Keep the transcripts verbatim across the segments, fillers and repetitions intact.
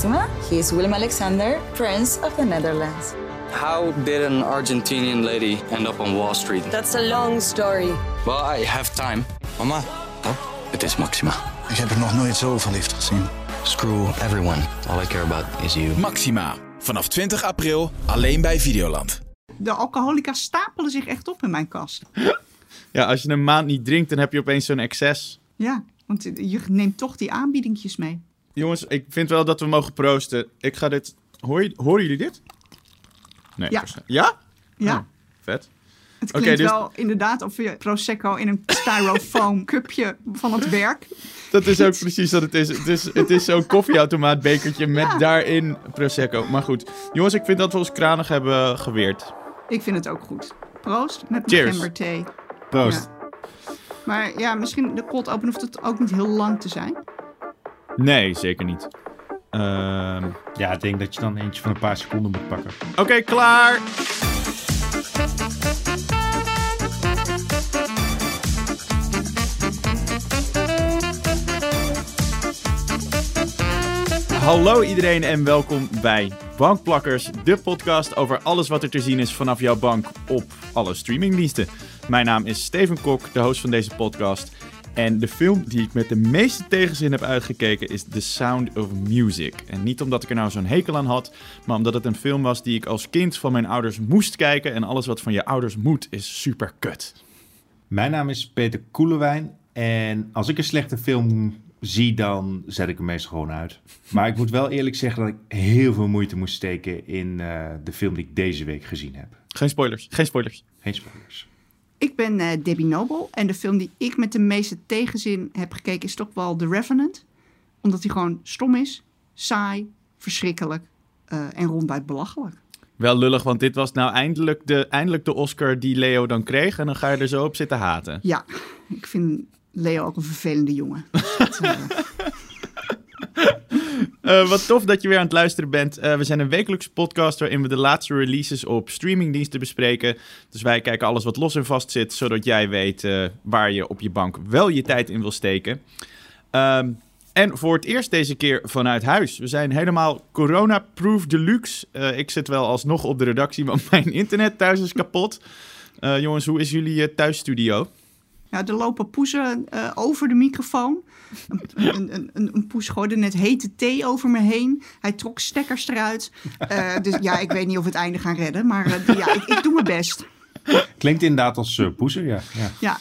Maxima. He is Willem-Alexander, Prince of the Netherlands. How did an Argentinian lady end up on Wall Street? That's a long story. Well, I have time. Mama, Oh, het is Maxima. ik heb er nog nooit zo verliefd gezien. Screw everyone. All I care about is you. Maxima. Vanaf twintig april alleen bij Videoland. De alcoholica stapelen zich echt op in mijn kast. Ja, als je een maand niet drinkt, dan heb je opeens zo'n excess. Ja, want je neemt toch die aanbiedingjes mee. Jongens, ik vind wel dat we mogen proosten. Ik ga dit... Hoor je... Horen jullie dit? Nee. Ja. volgens mij- Ja? Ja, Oh, vet. het Oké, klinkt dus- wel inderdaad of je Prosecco in een styrofoam cupje van het werk. Dat is ook precies wat het is. Het is, het is zo'n koffieautomaatbekertje met Ja. daarin Prosecco. Maar goed. Jongens, ik vind dat we ons kranig hebben geweerd. Ik vind het ook goed. Proost met Cheers. gemberthee. Proost. Ja. Maar ja, misschien de cold open hoeft het ook niet heel lang te zijn. Nee, zeker niet. Ehm, Ja, ik denk dat je dan eentje van een paar seconden moet pakken. Oké, klaar! Hallo iedereen en welkom bij Bankplakkers, de podcast over alles wat er te zien is vanaf jouw bank op alle streamingdiensten. Mijn naam is Steven Kok, de host van deze podcast. En de film die ik met de meeste tegenzin heb uitgekeken is The Sound of Music. En niet omdat ik er nou zo'n hekel aan had, maar omdat het een film was die ik als kind van mijn ouders moest kijken. En alles wat van je ouders moet is super kut. Mijn naam is Peter Koelewijn. En als ik een slechte film zie, dan zet ik hem meestal gewoon uit. Maar ik moet wel eerlijk zeggen dat ik heel veel moeite moest steken in uh, de film die ik deze week gezien heb. Geen spoilers, geen spoilers. Geen spoilers. Ik ben uh, Debbie Noble en de film die ik met de meeste tegenzin heb gekeken is toch wel The Revenant. Omdat hij gewoon stom is, saai, verschrikkelijk uh, en ronduit belachelijk. Wel lullig, want dit was nou eindelijk de, eindelijk de Oscar die Leo dan kreeg. En dan ga je er zo op zitten haten. Ja, ik vind Leo ook een vervelende jongen. Dus dat, uh... Uh, wat tof dat je weer aan het luisteren bent. Uh, we zijn een wekelijkse podcast waarin we de laatste releases op streamingdiensten bespreken. Dus wij kijken alles wat los en vast zit, zodat jij weet uh, waar je op je bank wel je tijd in wil steken. Um, en voor het eerst deze keer vanuit huis. We zijn helemaal corona-proof deluxe. Uh, ik zit wel alsnog op de redactie, want mijn internet thuis is kapot. Uh, jongens, hoe is jullie uh, thuisstudio? Ja, er lopen poezen uh, over de microfoon. Een, een, een, een poes gooide net hete thee over me heen. Hij trok stekkers eruit. Uh, dus ja, ik weet niet of we het einde gaan redden. Maar uh, ja, ik, ik doe mijn best. Klinkt inderdaad als uh, poezen, ja. ja. Ja,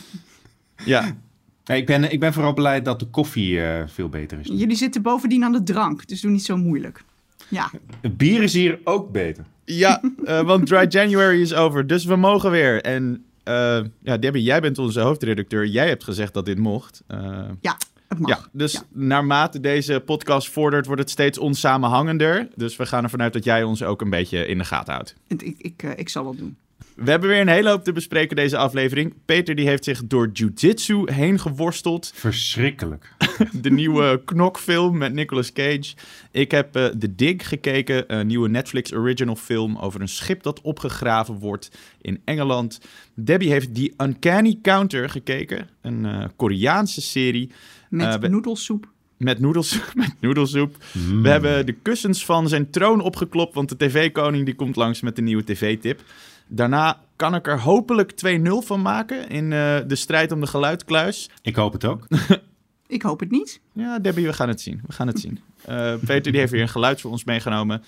Ja, Nee, ik, ben, ik ben vooral blij dat de koffie uh, veel beter is. jullie zitten bovendien aan de drank. Dus doe niet zo moeilijk. Ja, Het bier is hier ook beter. ja uh, want Dry January is over. Dus we mogen weer. En uh, ja, Debbie, jij bent onze hoofdredacteur. Jij hebt gezegd dat dit mocht. Uh, ja, het mag. Ja, dus Ja. naarmate deze podcast vordert, wordt het steeds onsamenhangender. Dus we gaan ervan uit dat jij ons ook een beetje in de gaten houdt. Ik, ik, uh, ik zal dat doen. We hebben weer een hele hoop te bespreken deze aflevering. Peter die heeft zich door jiu-jitsu heen geworsteld. Verschrikkelijk. De nieuwe knokfilm met Nicolas Cage. Ik heb uh, The Dig gekeken, een nieuwe Netflix original film over een schip dat opgegraven wordt in Engeland. Debbie heeft The Uncanny Counter gekeken, een uh, Koreaanse serie. Met Uh, we- noedelsoep. Met, noedels, met noedelsoep. Mm. We hebben de kussens van zijn troon opgeklopt, want de tv-koning die komt langs met de nieuwe tv-tip. Daarna kan ik er hopelijk twee nul van maken in uh, de strijd om de geluidskluis. Ik hoop het ook. Ik hoop het niet. Ja, Debbie, we gaan het zien. We gaan het zien. Uh, Peter die heeft weer een geluid voor ons meegenomen.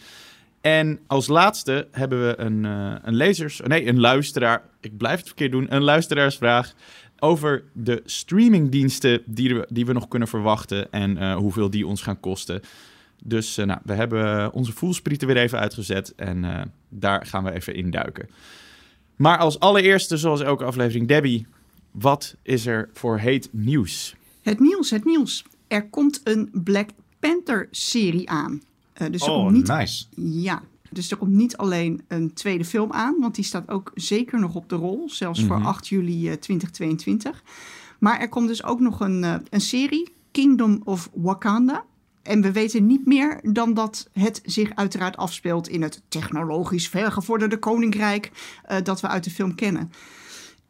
En als laatste hebben we een, uh, een lezers... Nee, een luisteraar. Ik blijf het verkeerd doen. Een luisteraarsvraag over de streamingdiensten die we, die we nog kunnen verwachten en uh, hoeveel die ons gaan kosten. Dus uh, nou, we hebben onze voelsprieten weer even uitgezet en uh, daar gaan we even induiken. Maar als allereerste, zoals elke aflevering, Debbie, wat is er voor heet nieuws? Het nieuws, het nieuws. Er komt een Black Panther-serie aan. Uh, dus er Oh, komt niet, nice. Ja, dus er komt niet alleen een tweede film aan, want die staat ook zeker nog op de rol, zelfs Mm-hmm. voor acht juli uh, twintig tweeëntwintig. Maar er komt dus ook nog een, uh, een serie, Kingdom of Wakanda. En we weten niet meer dan dat het zich uiteraard afspeelt in het technologisch vergevorderde koninkrijk uh, dat we uit de film kennen.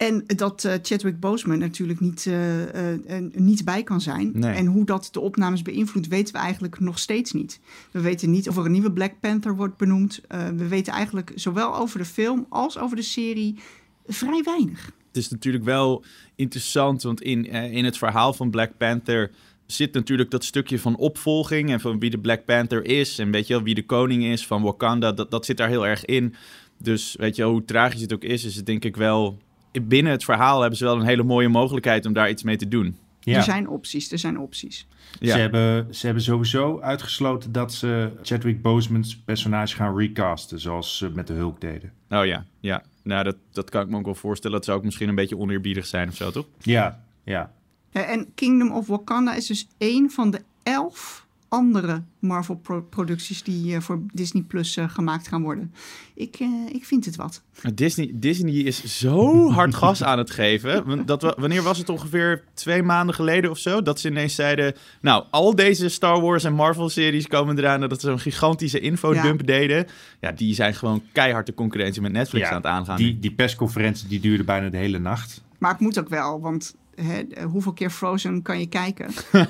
En dat uh, Chadwick Boseman natuurlijk niet, uh, uh, niet bij kan zijn. Nee. En hoe dat de opnames beïnvloedt, weten we eigenlijk nog steeds niet. We weten niet of er een nieuwe Black Panther wordt benoemd. Uh, we weten eigenlijk zowel over de film als over de serie vrij weinig. Het is natuurlijk wel interessant, want in, uh, in het verhaal van Black Panther zit natuurlijk dat stukje van opvolging en van wie de Black Panther is en weet je wel, wie de koning is van Wakanda, dat, dat zit daar heel erg in. Dus weet je wel, hoe tragisch het ook is, is het denk ik wel, binnen het verhaal hebben ze wel een hele mooie mogelijkheid om daar iets mee te doen. Ja. Er zijn opties, er zijn opties. Ja. Ze, hebben, ze hebben sowieso uitgesloten dat ze Chadwick Boseman's personage gaan recasten, zoals ze met de Hulk deden. Oh ja, ja. Nou, dat, dat kan ik me ook wel voorstellen. Dat zou ook misschien een beetje oneerbiedig zijn of zo, toch? Ja, ja. En Kingdom of Wakanda is dus één van de elf andere Marvel-producties die uh, voor Disney Plus uh, gemaakt gaan worden. Ik, uh, ik vind het wat. Disney, Disney is zo hard gas aan het geven. Dat, wanneer was het ongeveer twee maanden geleden of zo? Dat ze ineens zeiden, nou, al deze Star Wars en Marvel-series komen eraan. Dat ze zo'n gigantische infodump ja. deden. Ja, die zijn gewoon keihard de concurrentie met Netflix ja, aan het aangaan. Die, die persconferentie die duurde bijna de hele nacht. Maar het moet ook wel, want He, hoeveel keer Frozen kan je kijken?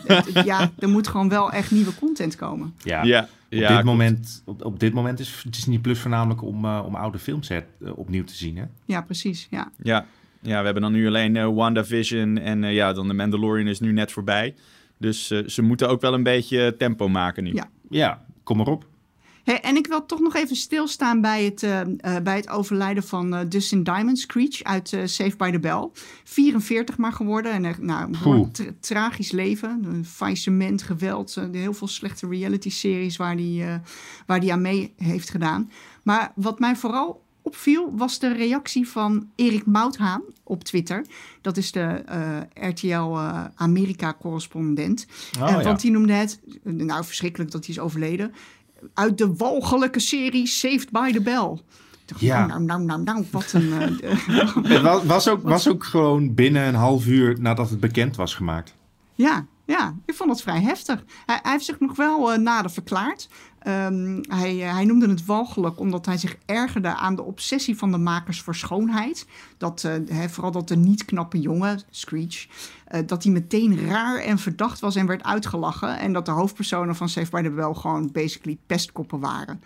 Ja, er moet gewoon wel echt nieuwe content komen. Ja, ja, op, ja dit moment, op, op dit moment is Disney Plus voornamelijk om, uh, om oude films uh, opnieuw te zien. Hè? Ja, precies. Ja. Ja, ja, we hebben dan nu alleen uh, WandaVision en uh, ja, dan de Mandalorian is nu net voorbij. Dus uh, ze moeten ook wel een beetje tempo maken nu. Ja, ja kom maar op. Hey, en ik wil toch nog even stilstaan bij het, uh, uh, bij het overlijden van uh, Dustin Diamond, Screech uit uh, Saved by the Bell. vierenveertig maar geworden. En, uh, nou, een tra- tragisch leven. Een faillissement, geweld. Uh, heel veel slechte reality-series waar hij uh, waar die aan mee heeft gedaan. Maar wat mij vooral opviel was de reactie van Erik Mouthaan op Twitter. Dat is de uh, R T L uh, Amerika-correspondent. Oh, uh, ja. Want die noemde het, nou verschrikkelijk dat hij is overleden, uit de walgelijke serie Saved by the Bell. Dacht, Ja. Nou, nou, nou, nou, wat een... Uh, Het was, was, ook, was ook gewoon binnen een half uur nadat het bekend was gemaakt. ja, ja, ik vond het vrij heftig. Hij, hij heeft zich nog wel uh, nader verklaard. Um, hij, uh, hij noemde het walgelijk omdat hij zich ergerde aan de obsessie van de makers voor schoonheid. Dat, uh, he, vooral dat de niet knappe jongen, Screech, uh, dat hij meteen raar en verdacht was en werd uitgelachen. En dat de hoofdpersonen van Saved by the Bell gewoon basically pestkoppen waren.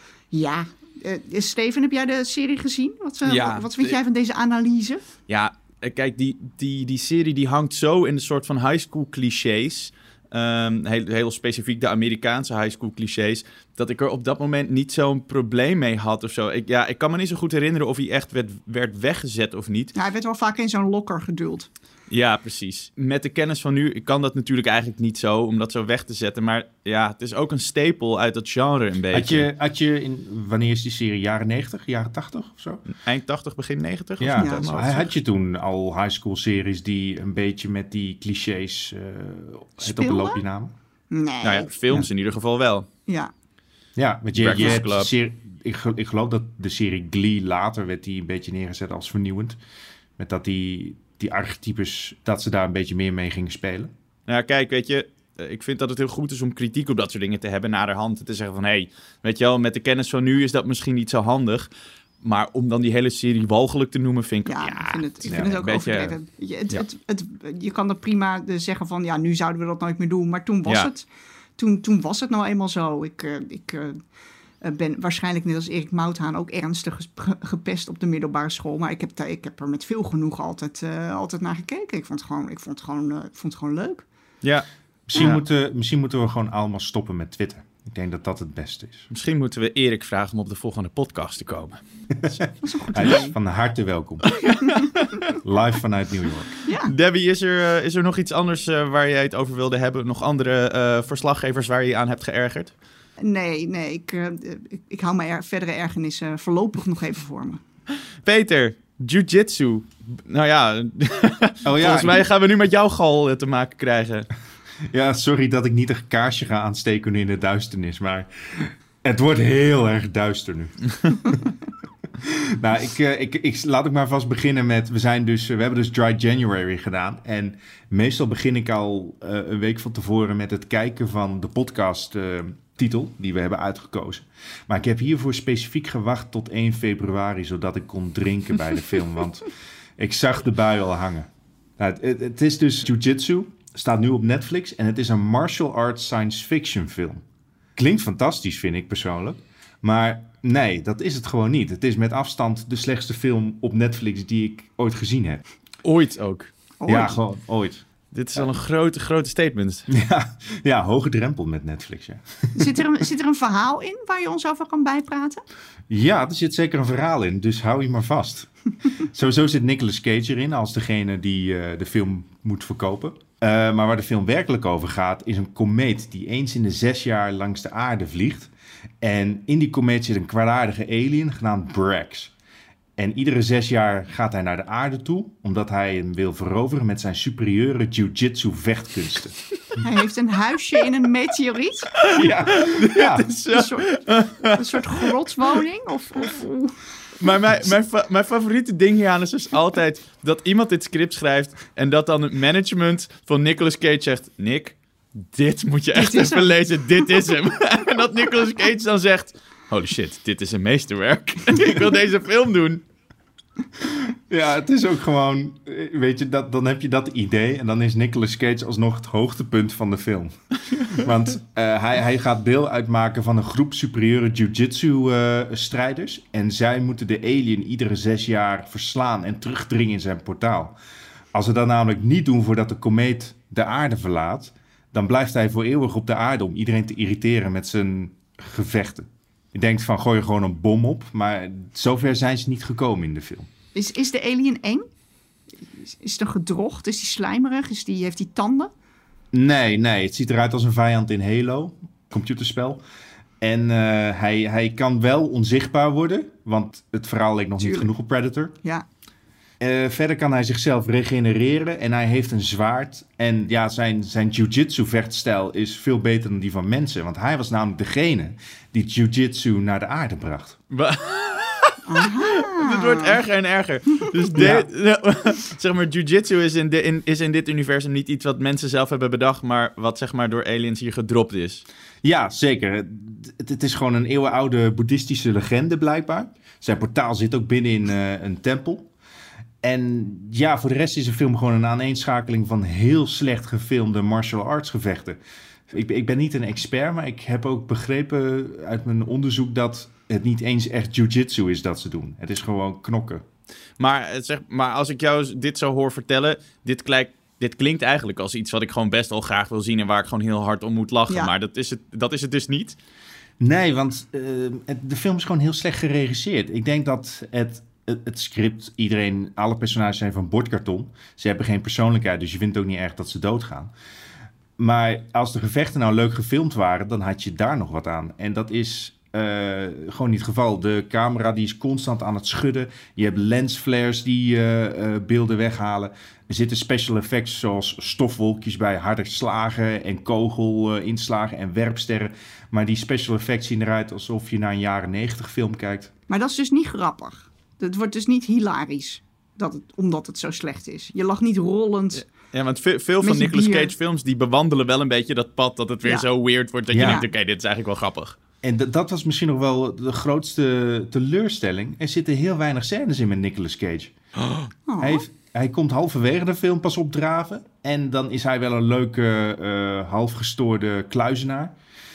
Ja, uh, Steven, heb jij de serie gezien? Wat, uh, Ja, wat, wat vind de- jij van deze analyse? Ja, kijk, die, die, die serie die hangt zo in de soort van high school clichés. Um, heel, heel specifiek de Amerikaanse high school clichés. Dat ik er op dat moment niet zo'n probleem mee had of zo. Ik, ja, ik kan me niet zo goed herinneren of hij echt werd, werd weggezet of niet. Nou, hij werd wel vaak in zo'n lokker geduld. Ja, precies. Met de kennis van nu kan dat natuurlijk eigenlijk niet zo, om dat zo weg te zetten. Maar ja, het is ook een stapel uit dat genre een beetje. Had je, had je in, wanneer is die serie? Jaren negentig, jaren tachtig of zo? Eind tachtig, begin negentig? Ja, Ja, dus zo. hij- had je toen al high school series die een beetje met die clichés uh, het op Speelden? een loopje namen? Nee. Nou ja, films in ieder geval wel. Ja. Ja, want je, je Breakfast hebt Club. serie, ik, gel- ik geloof dat de serie Glee later werd die een beetje neergezet als vernieuwend. Met dat die, die archetypes, dat ze daar een beetje meer mee gingen spelen. Nou, kijk, weet je, eh, ik vind dat het heel goed is om kritiek op dat soort dingen te hebben naderhand. En te zeggen van, hé, hey, weet je wel, met de kennis van nu is dat misschien niet zo handig. Maar om dan die hele serie walgelijk te noemen, vind ik... Ja, Ja, ik vind het, ik ja, vind het een ook beetje- overdreven. Je, het, ja. het, het, je kan er prima de zeggen van, ja, nu zouden we dat nooit meer doen. Maar toen was, Ja. het, toen, toen was het nou eenmaal zo. Ik, uh, ik uh, ben waarschijnlijk net als Erik Mouthaan ook ernstig ge- gepest op de middelbare school. Maar ik heb, daar- ik heb er met veel genoegen altijd, uh, altijd naar gekeken. Ik vond het gewoon, ik vond het gewoon, uh, ik vond het gewoon leuk. Ja, Misschien, Ja. moeten, misschien moeten we gewoon allemaal stoppen met Twitter. Ik denk dat dat het beste is. misschien moeten we Erik vragen om op de volgende podcast te komen. Dat is een goed Hij is idee. van harte welkom. Live vanuit New York. Ja. Debbie, is er, uh, is er nog iets anders uh, waar jij het over wilde hebben? Nog andere uh, verslaggevers waar je je aan hebt geërgerd? Nee, nee, ik, uh, ik, ik hou mijn er, verdere ergernissen voorlopig nog even voor me. Peter, jiu-jitsu. Nou ja, Oh ja, volgens mij gaan we nu met jouw gal uh, te maken krijgen. ja, sorry dat ik niet een kaarsje ga aansteken nu in de duisternis, maar het wordt heel erg duister nu. nou, ik, uh, ik, ik, laat ik maar vast beginnen met, we, zijn dus, we hebben dus Dry January gedaan. En meestal begin ik al uh, een week van tevoren met het kijken van de podcast uh, titel die we hebben uitgekozen. Maar ik heb hiervoor specifiek gewacht tot één februari, zodat ik kon drinken bij de film. Want Ik zag de bui al hangen. Nou, het, het, het is dus Jiu-Jitsu. Staat nu op Netflix. En het is een martial arts science fiction film. Klinkt fantastisch, vind ik persoonlijk. Maar nee, dat is het gewoon niet. Het is met afstand de slechtste film op Netflix die ik ooit gezien heb. Ooit ook. Ooit. Ja, gewoon ooit. Dit is wel een grote, grote statement. Ja, ja, hoge drempel met Netflix, ja. Zit er, een, zit er een verhaal in waar je ons over kan bijpraten? Ja, er zit zeker een verhaal in, dus hou je maar vast. Sowieso zit Nicolas Cage erin als degene die uh, de film moet verkopen. Uh, maar waar de film werkelijk over gaat, is een komeet die eens in de zes jaar langs de aarde vliegt. En in die komeet zit een kwaadaardige alien genaamd Brax. En iedere zes jaar gaat hij naar de aarde toe, omdat hij hem wil veroveren met zijn superieure jiu-jitsu vechtkunsten. Hij heeft een huisje in een meteoriet. Ja, ja. Een soort, een soort grotwoning. Of, of, Maar mijn, mijn, fa- mijn favoriete ding hieraan is dus altijd dat iemand dit script schrijft en dat dan het management van Nicolas Cage zegt, Nick, dit moet je echt Dit is even hem. lezen, dit is hem. En dat Nicolas Cage dan zegt, holy shit, dit is een meesterwerk. Ik wil deze film doen. Ja, het is ook gewoon, weet je, dat, dan heb je dat idee en dan is Nicolas Cage alsnog het hoogtepunt van de film. Want uh, hij, hij gaat deel uitmaken van een groep superieure jiu-jitsu uh, strijders en zij moeten de alien iedere zes jaar verslaan en terugdringen in zijn portaal. Als ze dat namelijk niet doen voordat de komeet de aarde verlaat, dan blijft hij voor eeuwig op de aarde om iedereen te irriteren met zijn gevechten. Je denkt van, gooi er gewoon een bom op, maar zover zijn ze niet gekomen in de film. is, is de alien eng? Is, is het een gedrocht? Is die slijmerig? Is die, heeft die tanden? Nee, nee, het ziet eruit als een vijand in Halo, computerspel. En uh, hij, hij kan wel onzichtbaar worden, want het verhaal leek nog Tuurlijk. niet genoeg op Predator. Ja. Uh, verder kan hij zichzelf regenereren en hij heeft een zwaard. En ja, zijn, zijn jiu-jitsu vechtstijl is veel beter dan die van mensen. Want hij was namelijk degene die jiu-jitsu naar de aarde bracht. Het wordt erger en erger. Dus de, zeg maar, jiu-jitsu is in, de, in, is in dit universum niet iets wat mensen zelf hebben bedacht, maar wat zeg maar door aliens hier gedropt is. Ja, zeker. Het, het is gewoon een eeuwenoude boeddhistische legende blijkbaar. Zijn portaal zit ook binnen in uh, een tempel. En ja, voor de rest is de film gewoon een aaneenschakeling van heel slecht gefilmde martial arts gevechten. Ik, ik ben niet een expert, maar ik heb ook begrepen uit mijn onderzoek dat het niet eens echt jiu-jitsu is dat ze doen. Het is gewoon knokken. Maar, zeg, maar als ik jou dit zo hoor vertellen, dit, klijk, dit klinkt eigenlijk als iets wat ik gewoon best wel graag wil zien en waar ik gewoon heel hard om moet lachen. Ja. Maar dat is, het, dat is het dus niet. Nee, want uh, het, de film is gewoon heel slecht geregisseerd. Ik denk dat het... Het script, iedereen, alle personages zijn van bordkarton. Ze hebben geen persoonlijkheid, dus je vindt ook niet erg dat ze doodgaan. Maar als de gevechten nou leuk gefilmd waren, dan had je daar nog wat aan. En dat is uh, gewoon niet het geval. De camera die is constant aan het schudden. Je hebt lensflares die uh, uh, beelden weghalen. Er zitten special effects zoals stofwolkjes bij harde slagen en kogelinslagen uh, en werpsterren. Maar die special effects zien eruit alsof je naar een jaren negentig film kijkt. Maar dat is dus niet grappig. Het wordt dus niet hilarisch, dat het, omdat het zo slecht is. Je lag niet rollend. Ja, want veel, veel van Met je Nicolas bier. Cage films, die bewandelen wel een beetje dat pad, dat het weer Ja. zo weird wordt, dat Ja. je denkt, oké, okay, dit is eigenlijk wel grappig. En d- dat was misschien nog wel de grootste teleurstelling. Er zitten heel weinig scènes in met Nicolas Cage. Oh. Hij, heeft, hij komt halverwege de film pas opdraven. En dan is hij wel een leuke, uh, halfgestoorde kluizenaar.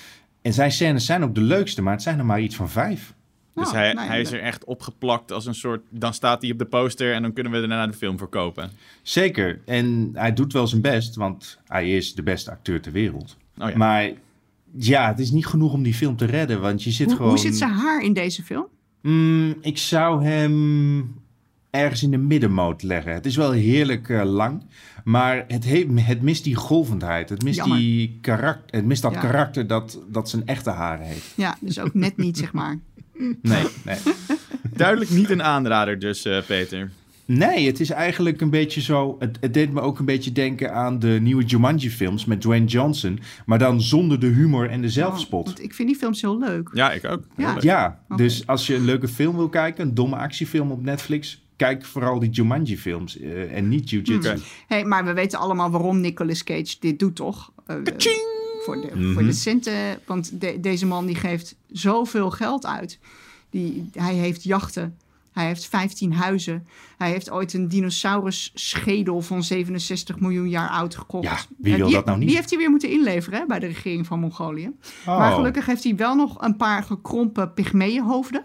En zijn scènes zijn ook de leukste, maar het zijn er maar iets van vijf. Dus Oh, hij, nou ja, hij is dat- er echt opgeplakt als een soort... Dan staat hij op de poster en dan kunnen we daarna de film verkopen. Zeker. En hij doet wel zijn best, want hij is de beste acteur ter wereld. Oh ja. Maar ja, het is niet genoeg om die film te redden, want je zit Hoe, gewoon... hoe zit zijn haar in deze film? Mm, ik zou hem ergens in de middenmoot leggen. Het is wel heerlijk uh, lang, maar het, he- het mist die golvendheid. Het mist, Jammer. die karakter, het mist dat Ja. karakter dat, dat zijn echte haren heeft. Ja, dus ook net niet, zeg maar. Nee, nee. Duidelijk niet een aanrader dus, uh, Peter. Nee, het is eigenlijk een beetje zo... Het, het deed me ook een beetje denken aan de nieuwe Jumanji-films met Dwayne Johnson, maar dan zonder de humor en de zelfspot. Oh, want ik vind die films heel leuk. Ja, ik ook. Ja. Heel leuk. Ja, Oké. dus als je een leuke film wil kijken, een domme actiefilm op Netflix, kijk vooral die Jumanji-films uh, en niet Jiu-Jitsu. Oké. Hey, maar we weten allemaal waarom Nicolas Cage dit doet, toch? Uh, voor, de, Mhm. voor de centen. Want de- deze man die geeft zoveel geld uit. Die, hij heeft jachten. Hij heeft vijftien huizen. Hij heeft ooit een dinosaurus-schedel van zevenenzestig miljoen jaar oud gekocht. Ja, wie wil die, dat nou niet? Die heeft hij weer moeten inleveren hè, bij de regering van Mongolië. Oh. Maar gelukkig heeft hij wel nog een paar gekrompen pygmeeënhoofden.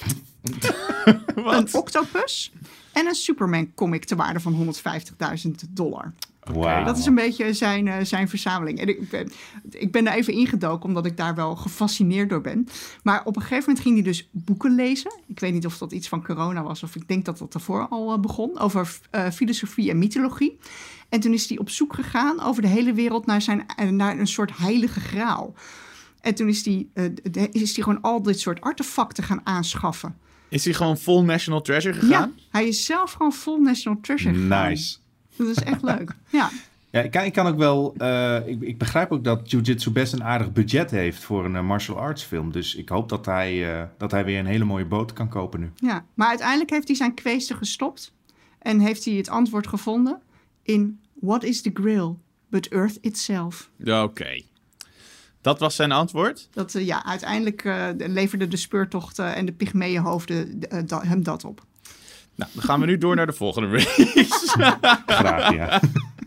Een octopus en een Superman-comic ter waarde van honderdvijftigduizend dollar. Wauw. Dat is een beetje zijn, uh, zijn verzameling. En ik ben, ik ben daar even ingedoken, omdat ik daar wel gefascineerd door ben. Maar op een gegeven moment ging hij dus boeken lezen. Ik weet niet of dat iets van corona was, of ik denk dat dat daarvoor al uh, begon. Over uh, filosofie en mythologie. En toen is hij op zoek gegaan over de hele wereld naar, zijn, uh, naar een soort heilige graal. En toen is hij, uh, de, is hij gewoon al dit soort artefacten gaan aanschaffen. Is hij gewoon full National Treasure gegaan? Ja, hij is zelf gewoon full National Treasure gegaan. Nice. Dat is echt leuk, ja. Ja, ik kan, ik kan ook wel... Uh, ik, ik begrijp ook dat Jiu-Jitsu best een aardig budget heeft voor een uh, martial arts film. Dus ik hoop dat hij, uh, dat hij weer een hele mooie boot kan kopen nu. Ja, maar uiteindelijk heeft hij zijn kweesten gestopt. En heeft hij het antwoord gevonden in What is the Grail but Earth itself? Ja, oké. Okay. Dat was zijn antwoord? Dat, uh, ja, uiteindelijk uh, leverde de speurtochten en de pygmeeënhoofden uh, da- hem dat op. Nou, dan gaan we nu door naar de volgende race. Graag, ja.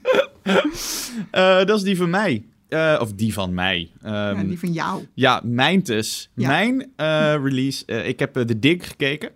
uh, dat is die van mij. Uh, of die van mij. Um, ja, die van jou. Ja, mijn dus. Ja. Mijn uh, release. Uh, ik heb uh, The Dig gekeken.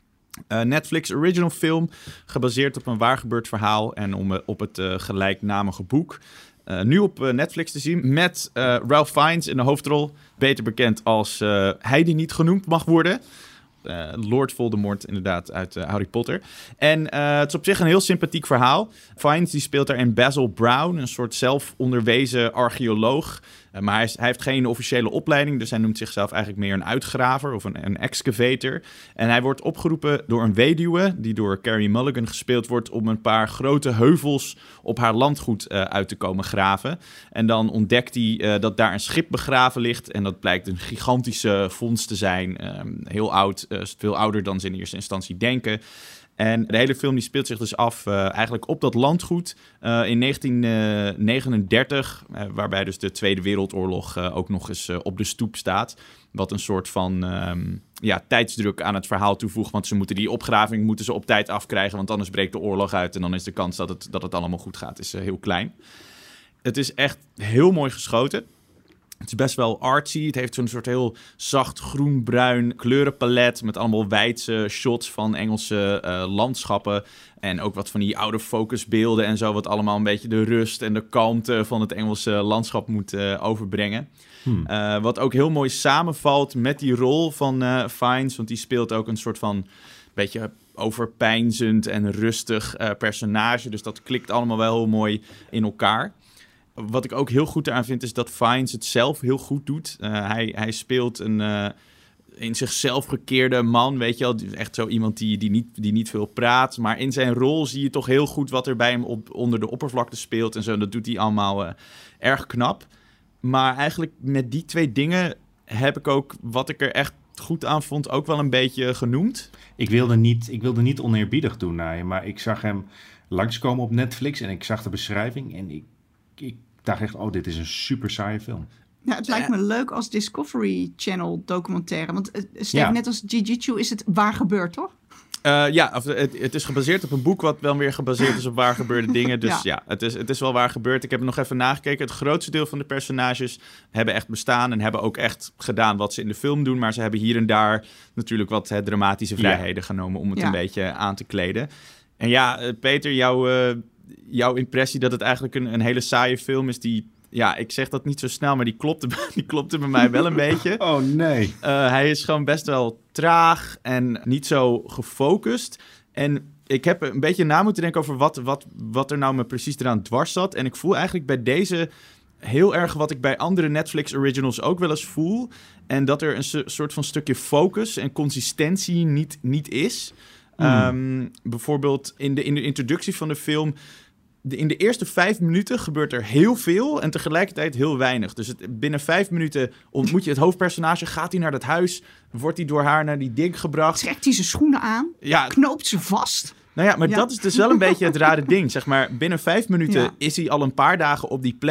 Uh, Netflix original film. Gebaseerd op een waargebeurd verhaal. En om, uh, op het uh, gelijknamige boek. Uh, nu op uh, Netflix te zien. Met uh, Ralph Fiennes in de hoofdrol. Beter bekend als uh, hij die niet genoemd mag worden. Uh, Lord Voldemort inderdaad uit uh, Harry Potter. En uh, het is op zich een heel sympathiek verhaal. Fiennes die speelt daarin Basil Brown, een soort zelfonderwezen archeoloog. Uh, maar hij, is, hij heeft geen officiële opleiding, dus hij noemt zichzelf eigenlijk meer een uitgraver of een, een excavator. En hij wordt opgeroepen door een weduwe, die door Carey Mulligan gespeeld wordt, om een paar grote heuvels op haar landgoed uh, uit te komen graven. En dan ontdekt hij uh, dat daar een schip begraven ligt. En dat blijkt een gigantische vondst te zijn. Um, heel oud, uh, veel ouder dan ze in eerste instantie denken. En de hele film die speelt zich dus af uh, eigenlijk op dat landgoed uh, in negentien negenendertig... Uh, waarbij dus de Tweede Wereldoorlog uh, ook nog eens uh, op de stoep staat. Wat een soort van um, ja, tijdsdruk aan het verhaal toevoegt. Want ze moeten die opgraving moeten ze op tijd afkrijgen, want anders breekt de oorlog uit. En dan is de kans dat het, dat het allemaal goed gaat is uh, heel klein. Het is echt heel mooi geschoten. Het is best wel artsy. Het heeft zo'n soort heel zacht groen-bruin kleurenpalet met allemaal wijdse shots van Engelse uh, landschappen. En ook wat van die oude focusbeelden en zo, wat allemaal een beetje de rust en de kalmte van het Engelse landschap moet uh, overbrengen. Hmm. Uh, wat ook heel mooi samenvalt met die rol van uh, Fiennes, want die speelt ook een soort van beetje overpeinzend en rustig uh, personage. Dus dat klikt allemaal wel heel mooi in elkaar. Wat ik ook heel goed eraan vind, is dat Fiennes het zelf heel goed doet. Uh, hij, hij speelt een uh, in zichzelf gekeerde man, weet je wel. Echt zo iemand die, die, niet, die niet veel praat. Maar in zijn rol zie je toch heel goed wat er bij hem op, onder de oppervlakte speelt. En zo, dat doet hij allemaal uh, erg knap. Maar eigenlijk met die twee dingen heb ik ook, wat ik er echt goed aan vond, ook wel een beetje genoemd. Ik wilde niet, ik wilde niet oneerbiedig doen naar je, maar ik zag hem langskomen op Netflix en ik zag de beschrijving en ik, ik dacht echt, oh, dit is een super saaie film. Ja, het lijkt me leuk als Discovery Channel documentaire. Want uh, Steve, Ja. net als Jiu-Jitsu is het waar gebeurd, toch? Uh, ja, of, het, het is gebaseerd op een boek wat wel weer gebaseerd is op waar gebeurde dingen. Dus ja, Ja. ja het, is, het is wel waar gebeurd. Ik heb nog even nagekeken. Het grootste deel van de personages hebben echt bestaan en hebben ook echt gedaan wat ze in de film doen. Maar ze hebben hier en daar natuurlijk wat hè, dramatische vrijheden Ja. genomen om het Ja. een beetje aan te kleden. En ja, uh, Peter, jouw, uh, jouw impressie dat het eigenlijk een, een hele saaie film is, die... Ja, ik zeg dat niet zo snel, maar die klopte, die klopte bij mij wel een beetje. Oh nee. Uh, hij is gewoon best wel traag en niet zo gefocust. En ik heb een beetje na moeten denken over wat, wat, wat er nou me precies eraan dwars zat. En ik voel eigenlijk bij deze heel erg wat ik bij andere Netflix originals ook wel eens voel. En dat er een so- soort van stukje focus en consistentie niet, niet is. Hmm. Um, bijvoorbeeld in de, in de introductie van de film... De, in de eerste vijf minuten gebeurt er heel veel en tegelijkertijd heel weinig. Dus het, binnen vijf minuten ontmoet je het hoofdpersonage, gaat hij naar dat huis, wordt hij door haar naar die dig gebracht. Trekt hij zijn schoenen aan, Ja, knoopt ze vast. nou ja, maar Ja. dat is dus wel een beetje het rare ding. Zeg maar, binnen vijf minuten Ja. is hij al een paar dagen op die plek,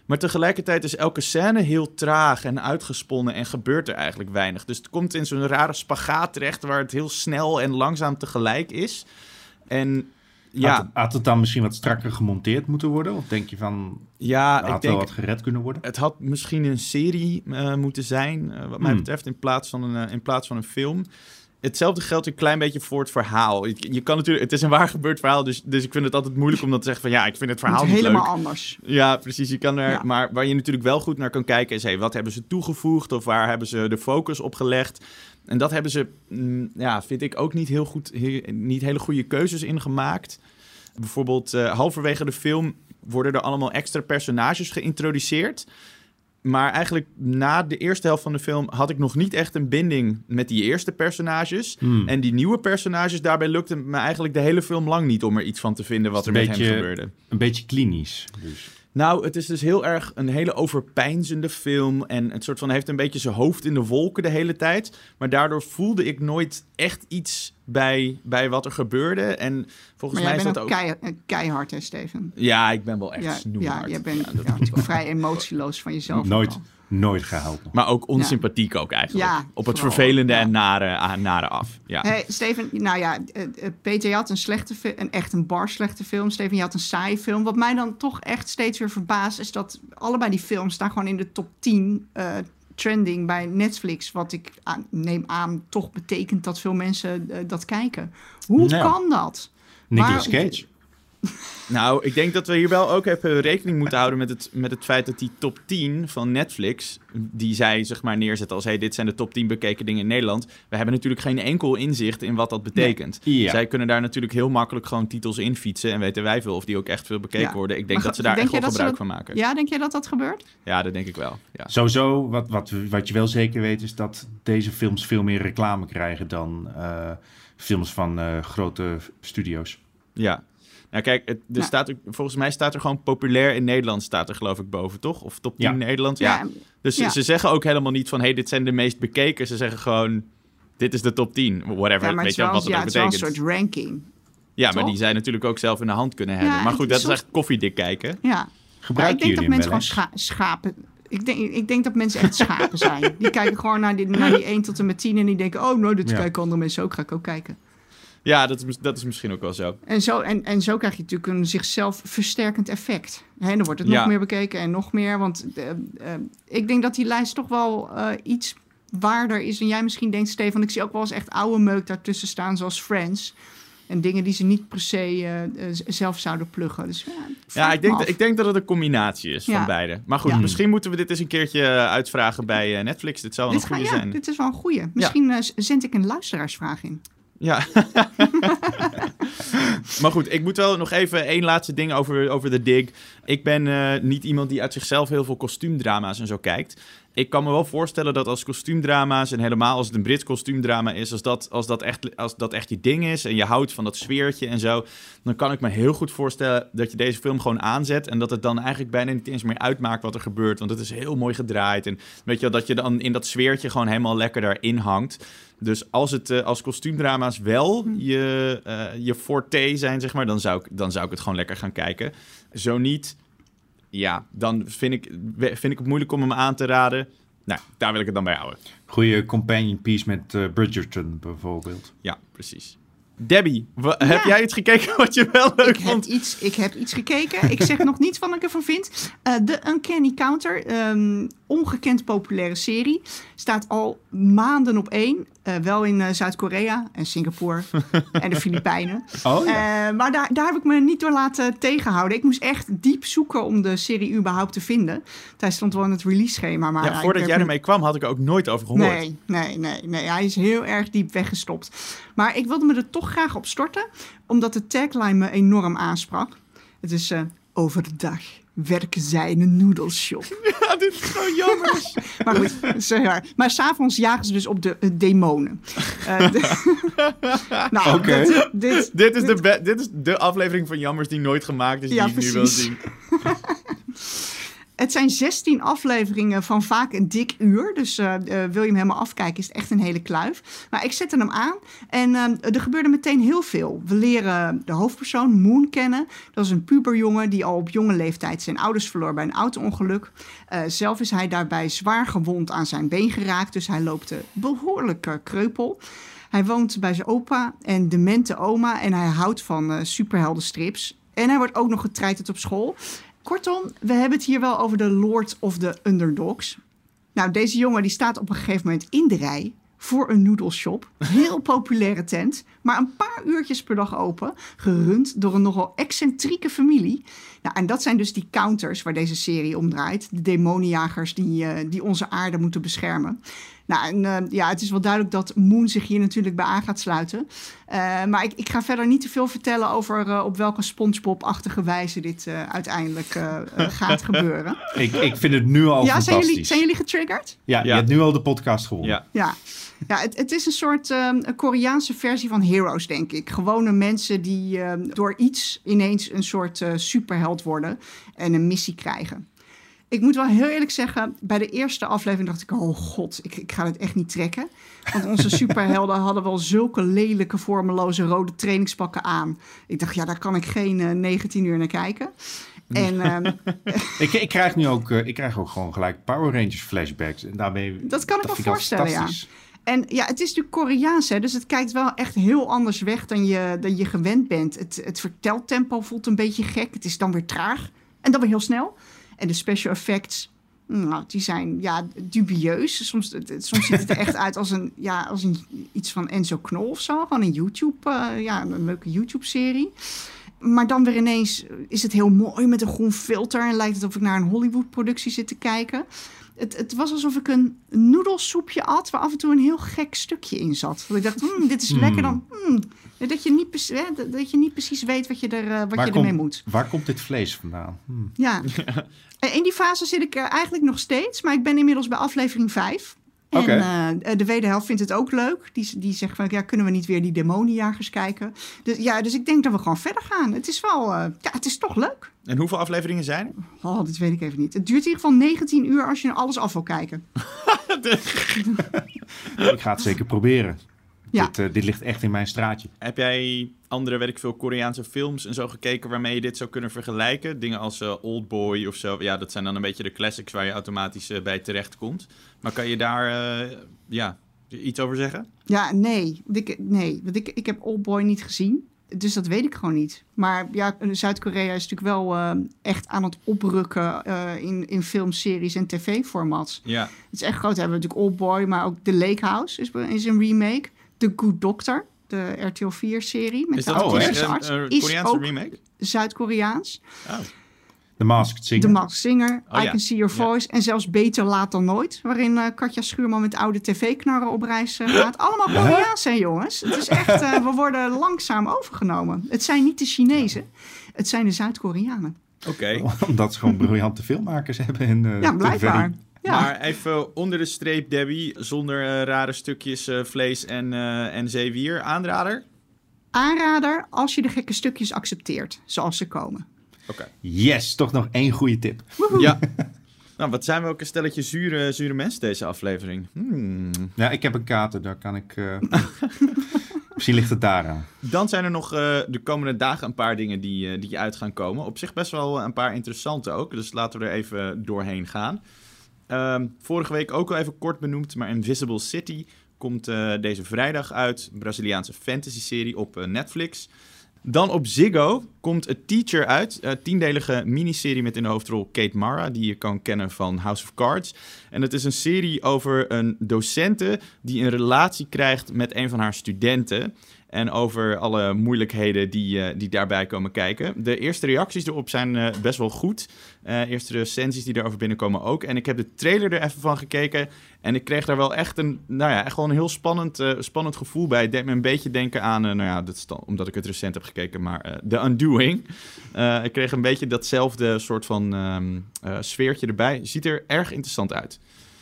Maar tegelijkertijd is elke scène heel traag en uitgesponnen en gebeurt er eigenlijk weinig. Dus het komt in zo'n rare spagaat terecht waar het heel snel en langzaam tegelijk is. En ja... Had, had het dan misschien wat strakker gemonteerd moeten worden? Of denk je van, ja, had ik denk, wel wat gered kunnen worden? Het had misschien een serie uh, moeten zijn, uh, wat mij Hmm. betreft, in plaats van een, uh, in plaats van een film. Hetzelfde geldt een klein beetje voor het verhaal. Je, je kan natuurlijk, het is een waar gebeurd verhaal, dus, dus ik vind het altijd moeilijk om dan te zeggen van ja, ik vind het verhaal Het is niet helemaal leuk. anders. Ja, precies. Je kan er, Ja. Maar waar je natuurlijk wel goed naar kan kijken is, hey, wat hebben ze toegevoegd of waar hebben ze de focus op gelegd? En dat hebben ze, mm, ja, vind ik ook niet heel goed, he, niet hele goede keuzes in gemaakt. Bijvoorbeeld uh, halverwege de film worden er allemaal extra personages geïntroduceerd. Maar eigenlijk na de eerste helft van de film had ik nog niet echt een binding met die eerste personages. Hmm. En die nieuwe personages, daarbij lukte het me eigenlijk de hele film lang niet om er iets van te vinden wat er Een met beetje- hem gebeurde. Een beetje klinisch. Dus. Nou, het is dus heel erg een hele overpeinzende film. En het soort van heeft een beetje zijn hoofd in de wolken de hele tijd. Maar daardoor voelde ik nooit echt iets bij, bij wat er gebeurde. En volgens Maar mij jij is bent dat ook ook... kei, eh, keihard, hè, Steven? Ja, ik ben wel echt Ja, snoeihard. ja, jij bent Ja, dat ja, klopt natuurlijk wel. vrij emotieloos van jezelf. Nooit, ook al. nooit gehaald. Maar ook onsympathiek ook eigenlijk. Ja, Op het vooral, vervelende ja. en nare, ah, nare af. Ja. Hey, Steven, nou ja, eh, eh, Peter, je had een slechte film, een echt een bar slechte film. Steven, je had een saaie film. Wat mij dan toch echt steeds weer verbaast, is dat allebei die films staan gewoon in de top tien uh, trending bij Netflix. Wat ik aan, neem aan toch betekent dat veel mensen uh, dat kijken. Hoe Ja. kan dat? Nicolas Maar- Cage. Nou, ik denk dat we hier wel ook even rekening moeten houden met het, met het feit dat die top tien van Netflix, die zij zeg maar neerzetten als, hey, dit zijn de top tien bekeken dingen in Nederland. We hebben natuurlijk geen enkel inzicht in wat dat betekent. Nee. Ja. Zij kunnen daar natuurlijk heel makkelijk gewoon titels in fietsen en weten wij veel of die ook echt veel bekeken Ja. worden. Ik denk Maar dat ze ge- daar denk echt wel jij dat gebruik ze van maken. Ja, denk jij dat dat gebeurt? Ja, dat denk ik wel. Ja. Sowieso, wat, wat, wat je wel zeker weet, is dat deze films veel meer reclame krijgen dan uh, films van uh, grote studio's. Ja. Nou kijk, het, er Nou. staat ook, volgens mij staat er gewoon populair in Nederland, staat er geloof ik boven, toch? Of top tien Ja. Nederland. Ja. Ja. Dus Ja. ze zeggen ook helemaal niet van, hey, dit zijn de meest bekeken. Ze zeggen gewoon, dit is de top tien. Whatever, Ja, maar het weet is je wel, wel, wat het ja, ook het is wel een betekent. soort ranking. Ja, maar toch? die zij natuurlijk ook zelf in de hand kunnen hebben. Ja, maar ik- goed, dat soms- is echt koffiedik kijken. Ja. Maar Gebruiken ik denk dat jullie mensen hem gewoon wel eens? scha- schapen... Ik denk, ik denk dat mensen echt schapen zijn. Die kijken gewoon naar die, naar die één tot en met tien en die denken, oh, nou, dit Ja. kijken andere mensen ook, ga ik ook kijken. Ja, dat is, dat is misschien ook wel zo. En zo, en, en zo krijg je natuurlijk een zichzelf versterkend effect. Hè, dan wordt het Ja. nog meer bekeken en nog meer. Want uh, uh, ik denk dat die lijst toch wel uh, iets waarder is dan jij misschien denkt, Stefan. Ik zie ook wel eens echt oude meuk daartussen staan, zoals Friends. En dingen die ze niet per se uh, uh, zelf zouden pluggen. Dus, ja, vraag Ja, ik me denk, af. ik denk dat het een combinatie is Ja. van beide. Maar goed, Ja. misschien moeten we dit eens een keertje uh, uitvragen bij uh, Netflix. Dit zou wel dit, een ga, goede ja, zijn. dit is wel een goeie. Misschien uh, zend ik een luisteraarsvraag in. Ja. Maar goed, ik moet wel nog even één laatste ding over, over The Dig. Ik ben uh, niet iemand die uit zichzelf heel veel kostuumdrama's en zo kijkt. Ik kan me wel voorstellen dat als kostuumdrama's, en helemaal als het een Brits kostuumdrama is, als dat, als, dat echt, als dat echt je ding is en je houdt van dat sfeertje en zo, dan kan ik me heel goed voorstellen dat je deze film gewoon aanzet en dat het dan eigenlijk bijna niet eens meer uitmaakt wat er gebeurt, want het is heel mooi gedraaid en weet je wel, dat je dan in dat sfeertje gewoon helemaal lekker daarin hangt. Dus als het uh, als kostuumdrama's wel je, uh, je forte zijn, zeg maar, dan zou, ik, dan zou ik het gewoon lekker gaan kijken. Zo niet, ja, dan vind ik, vind ik het moeilijk om hem aan te raden. Nou, daar wil ik het dan bij houden. Goeie companion piece met uh, Bridgerton bijvoorbeeld. Ja, precies. Debbie, wa- ja. heb jij iets gekeken wat je wel leuk Ik heb, vond? iets, ik heb iets gekeken. Ik zeg nog niet wat ik ervan vind. Uh, The Uncanny Counter, um, ongekend populaire serie. Staat al maanden op één. Uh, wel in uh, Zuid-Korea en Singapore en de Filipijnen. Oh ja. Uh, maar daar, daar heb ik me niet door laten tegenhouden. Ik moest echt diep zoeken om de serie überhaupt te vinden. Hij stond wel in het release-schema. Maar Ja, voordat ik jij heb- ermee kwam, had ik er ook nooit over gehoord. Nee, nee, nee, nee. Hij is heel erg diep weggestopt. Maar ik wilde me er toch graag op storten, omdat de tagline me enorm aansprak. Het is uh, overdag werken zij in een noedelshop. Ja, dit is gewoon jammer. Maar goed, sorry. Maar s'avonds jagen ze dus op de uh, demonen. Uh, de- nou, Oké. dit, dit, dit, is de be- dit is de aflevering van Jammers die nooit gemaakt is, die Ja, ik nu wil precies. zien. Het zijn zestien afleveringen van vaak een dik uur. Dus uh, uh, wil je hem helemaal afkijken, is het echt een hele kluif. Maar ik zette hem aan en uh, er gebeurde meteen heel veel. We leren de hoofdpersoon, Moon, kennen. Dat is een puberjongen die al op jonge leeftijd zijn ouders verloor bij een auto-ongeluk. Uh, zelf is hij daarbij zwaar gewond aan zijn been geraakt. Dus hij loopt uh, behoorlijk uh, kreupel. Hij woont bij zijn opa en demente oma en hij houdt van uh, superheldenstrips. En hij wordt ook nog getreiterd op school. Kortom, we hebben het hier wel over de Lord of the Underdogs. Nou, deze jongen die staat op een gegeven moment in de rij voor een noedelshop. Heel populaire tent, maar een paar uurtjes per dag open. Gerund door een nogal excentrieke familie. Nou, en dat zijn dus die counters waar deze serie om draait. De demonenjagers die, uh, die onze aarde moeten beschermen. Nou, en uh, ja, het is wel duidelijk dat Moon zich hier natuurlijk bij aan gaat sluiten. Uh, maar ik, ik ga verder niet te veel vertellen over uh, op welke SpongeBob-achtige wijze dit uh, uiteindelijk uh, uh, gaat gebeuren. Ik, ik vind het nu al ja, fantastisch. zijn jullie, zijn jullie getriggerd? Ja, Ja. je hebt nu al de podcast gewonnen. Ja. Ja, ja het, het is een soort uh, een Koreaanse versie van Heroes, denk ik. Gewone mensen die uh, door iets ineens een soort uh, superheld worden en een missie krijgen. Ik moet wel heel eerlijk zeggen, bij de eerste aflevering dacht ik, oh god, ik, ik ga het echt niet trekken. Want onze superhelden hadden wel zulke lelijke, vormeloze rode trainingspakken aan. Ik dacht, ja, daar kan ik geen uh, negentien uur naar kijken. En, um, ik, ik, krijg nu ook, uh, ik krijg ook gewoon gelijk Power Rangers flashbacks. En daarmee, dat kan ik dat me vind al voorstellen, ja. fantastisch. En ja, het is natuurlijk Koreaans, hè, dus het kijkt wel echt heel anders weg dan je, dan je gewend bent. Het, het verteltempo voelt een beetje gek. Het is dan weer traag en dan weer heel snel. En de special effects, nou, die zijn ja, dubieus. Soms, het, soms ziet het er echt uit als, een, ja, als een, iets van Enzo Knol of zo. Gewoon een YouTube, uh, ja, een leuke YouTube-serie. Maar dan weer ineens is het heel mooi met een groen filter en lijkt het of ik naar een Hollywood-productie zit te kijken. Het, het was alsof ik een noedelsoepje at waar af en toe een heel gek stukje in zat. Dat ik dacht, hmm, dit is Hmm. lekker dan. Hmm, dat, je niet, pre- hè, dat je niet precies weet wat je, er, uh, wat Waar je komt- ermee moet. Waar komt dit vlees vandaan? Hmm. Ja. En in die fase zit ik er eigenlijk nog steeds, maar ik ben inmiddels bij aflevering vijf. En Oké. uh, de wederhelft vindt het ook leuk. Die, die zegt van, ja, kunnen we niet weer die demonenjagers kijken? Dus, ja, dus ik denk dat we gewoon verder gaan. Het is wel, uh, ja, het is toch leuk. En hoeveel afleveringen zijn er? Oh, dat weet ik even niet. Het duurt in ieder geval negentien uur als je alles af wil kijken. Ik ga het zeker proberen. Ja. Dit, uh, dit ligt echt in mijn straatje. Heb jij andere, weet ik veel, Koreaanse films en zo gekeken waarmee je dit zou kunnen vergelijken? Dingen als uh, Oldboy of zo. Ja, dat zijn dan een beetje de classics waar je automatisch uh, bij terecht komt. Maar kan je daar uh, ja, iets over zeggen? Ja, nee. Want ik, nee, want ik, ik heb Oldboy niet gezien. Dus dat weet ik gewoon niet. Maar ja, Zuid-Korea is natuurlijk wel uh, echt aan het oprukken uh, in, in filmseries en tv-formats. Ja. Het is echt groot. We hebben natuurlijk Oldboy, maar ook The Lake House is, is een remake. The Good Doctor, de R T L vier-serie met Is de dat ook autistische een, arts, een is Koreaanse ook remake? Zuid-Koreaans. Oh. The Masked Singer. The Masked Singer, Oh, I ja. Can See Your Ja. Voice en zelfs Beter Laat Dan Nooit, waarin uh, Katja Schuurman met oude tv-knarren op reis uh, gaat. Allemaal Koreaans, hè jongens? Het is echt, uh, we worden langzaam overgenomen. Het zijn niet de Chinezen, het zijn de Zuid-Koreanen. Oké. Omdat ze gewoon briljante filmmakers hebben. In, uh, Ja, blijkbaar. tv. Ja. Maar even onder de streep, Debbie, zonder uh, rare stukjes uh, vlees en, uh, en zeewier. Aanrader? Aanrader als je de gekke stukjes accepteert, zoals ze komen. Oké. Yes, toch nog één goede tip. Ja. Nou, wat zijn we ook een stelletje zure, zure mensen deze aflevering. Hmm. Ja, ik heb een kater, daar kan ik... Uh... Misschien ligt het daaraan. Dan zijn er nog uh, de komende dagen een paar dingen die, uh, die uit gaan komen. Op zich best wel een paar interessante ook. Dus laten we er even doorheen gaan. Um, vorige week ook al even kort benoemd, maar Invisible City komt uh, deze vrijdag uit. Een Braziliaanse fantasy-serie op uh, Netflix. Dan op Ziggo komt A Teacher uit. Een tiendelige miniserie met in de hoofdrol Kate Mara, die je kan kennen van House of Cards. En het is een serie over een docente die een relatie krijgt met een van haar studenten. En over alle moeilijkheden die, uh, die daarbij komen kijken. De eerste reacties erop zijn uh, best wel goed. Uh, eerste recensies die erover binnenkomen ook. En ik heb de trailer er even van gekeken. En ik kreeg daar wel echt een, nou ja, echt wel een heel spannend, uh, spannend gevoel bij. Het deed me een beetje denken aan, uh, nou ja, dat is dan, omdat ik het recent heb gekeken, maar uh, The Undoing. Uh, ik kreeg een beetje datzelfde soort van um, uh, sfeertje erbij. Ziet er erg interessant uit.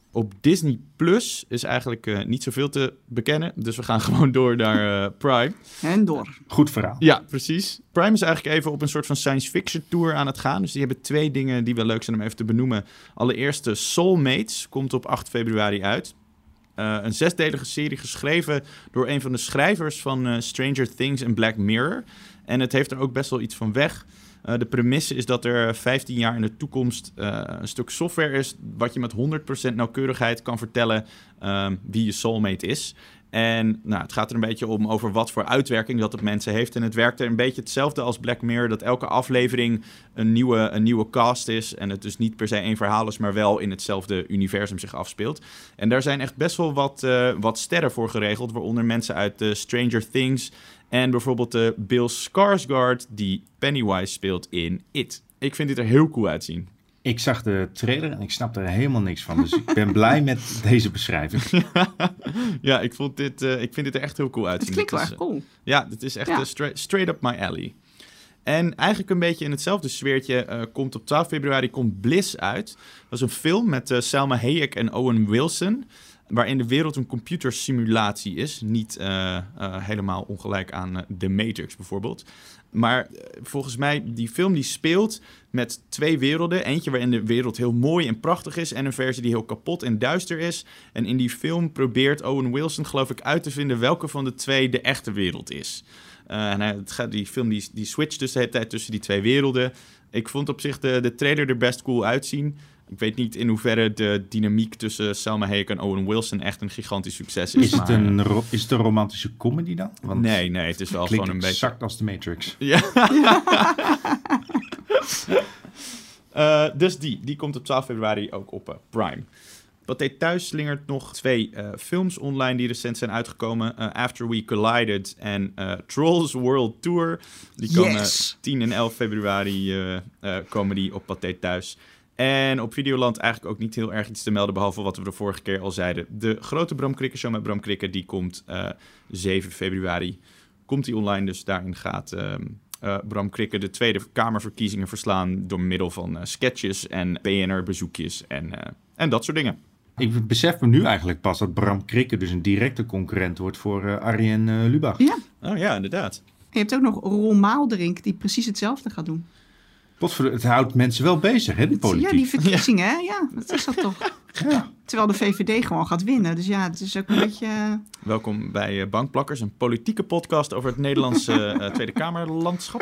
Op Disney Plus is eigenlijk uh, niet zoveel te bekennen. Dus we gaan gewoon door naar uh, Prime. En door. Goed verhaal. Ja, precies. Prime is eigenlijk even op een soort van science fiction tour aan het gaan. Dus die hebben twee dingen die wel leuk zijn om even te benoemen. Allereerst uh, Soulmates komt op acht februari uit. Uh, een zesdelige serie geschreven door een van de schrijvers van uh, Stranger Things en Black Mirror. En het heeft er ook best wel iets van weg. Uh, de premisse is dat er vijftien jaar in de toekomst uh, een stuk software is wat je met honderd procent nauwkeurigheid kan vertellen um, wie je soulmate is. En nou, het gaat er een beetje om over wat voor uitwerking dat op mensen heeft. En het werkt er een beetje hetzelfde als Black Mirror, dat elke aflevering een nieuwe, een nieuwe cast is. En het dus niet per se één verhaal is, maar wel in hetzelfde universum zich afspeelt. En daar zijn echt best wel wat, uh, wat sterren voor geregeld, waaronder mensen uit uh, Stranger Things en bijvoorbeeld uh, Bill Skarsgård, die Pennywise speelt in It. Ik vind dit er heel cool uitzien. Ik zag de trailer en ik snap er helemaal niks van. Dus ik ben blij met deze beschrijving. Ja, ik, vond dit, uh, ik vind dit er echt heel cool uitzien. Het klinkt wel is, echt cool. Ja, dit is echt Ja. uh, straight, straight up my alley. En eigenlijk een beetje in hetzelfde sfeertje uh, komt op twaalf februari komt Bliss uit. Dat is een film met uh, Salma Hayek en Owen Wilson, waarin de wereld een computersimulatie is. Niet uh, uh, helemaal ongelijk aan uh, The Matrix bijvoorbeeld. Maar uh, volgens mij, die film die speelt met twee werelden. Eentje waarin de wereld heel mooi en prachtig is en een versie die heel kapot en duister is. En in die film probeert Owen Wilson, geloof ik, uit te vinden welke van de twee de echte wereld is. Uh, en hij, het gaat, die film die, die switcht dus de hele tijd tussen die twee werelden. Ik vond op zich de, de trailer er best cool uitzien. Ik weet niet in hoeverre de dynamiek tussen Salma Hayek en Owen Wilson echt een gigantisch succes is. Is het maar, een, ro- is het een romantische comedy dan? Want Nee, nee, het is wel klinkt gewoon een beetje... exact als The Matrix. Ja. uh, dus die, die komt op twaalf februari ook op uh, Prime. Pathé Thuis slingert nog twee uh, films online die recent zijn uitgekomen. Uh, After We Collided en uh, Trolls World Tour. Die komen Yes. tien en elf februari uh, uh, komen die op Pathé Thuis. En op Videoland eigenlijk ook niet heel erg iets te melden, behalve wat we de vorige keer al zeiden. De grote Bram Krikke Show met Bram Krikke, die komt uh, zeven februari. Komt die online, dus daarin gaat uh, uh, Bram Krikke de Tweede Kamerverkiezingen verslaan door middel van uh, sketches en B N R-bezoekjes en, uh, en dat soort dingen. Ik besef me nu eigenlijk pas dat Bram Krikke dus een directe concurrent wordt voor uh, Arjen uh, Lubach. Ja. Oh ja, inderdaad. En je hebt ook nog Ron Maalderink die precies hetzelfde gaat doen. Potver- Het houdt mensen wel bezig, hè, die politiek. Ja, die verkiezingen, hè? Ja, dat is dat toch. Ja. Terwijl de V V D gewoon gaat winnen. Dus ja, het is ook een beetje... uh, Welkom bij uh, Bankplakkers, een politieke podcast over het Nederlandse uh, Tweede Kamerlandschap.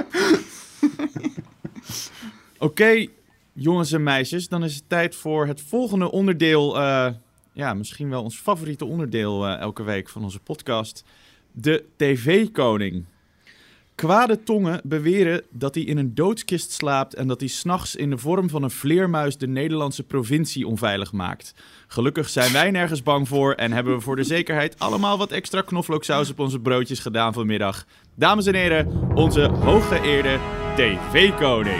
Oké, okay, jongens en meisjes, dan is het tijd voor het volgende onderdeel. Uh, ja, misschien wel ons favoriete onderdeel uh, elke week van onze podcast. De T V-koning. Kwade tongen beweren dat hij in een doodskist slaapt en dat hij 's nachts in de vorm van een vleermuis de Nederlandse provincie onveilig maakt. Gelukkig zijn wij nergens bang voor en hebben we voor de zekerheid allemaal wat extra knoflooksaus op onze broodjes gedaan vanmiddag. Dames en heren, onze hooggeëerde T V-koning.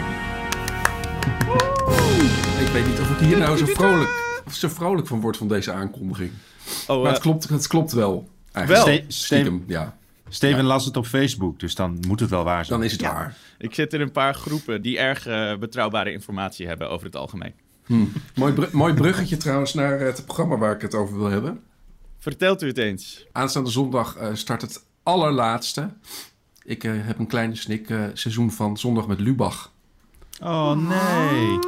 Ik weet niet of ik hier nou zo vrolijk, of zo vrolijk van word van deze aankondiging. Oh, Maar uh, het klopt, het klopt wel. Eigenlijk. Wel? Stiekem, ja. Steven las het op Facebook, dus dan moet het wel waar zijn. Dan is het Ja. waar. ik zit in een paar groepen die erg uh, betrouwbare informatie hebben over het algemeen. Hm. Mooi, br- mooi bruggetje trouwens naar het programma waar ik het over wil hebben. Vertelt u het eens. Aanstaande zondag uh, start het allerlaatste. Ik uh, heb een kleine snik uh, seizoen van Zondag met Lubach. Oh, nee.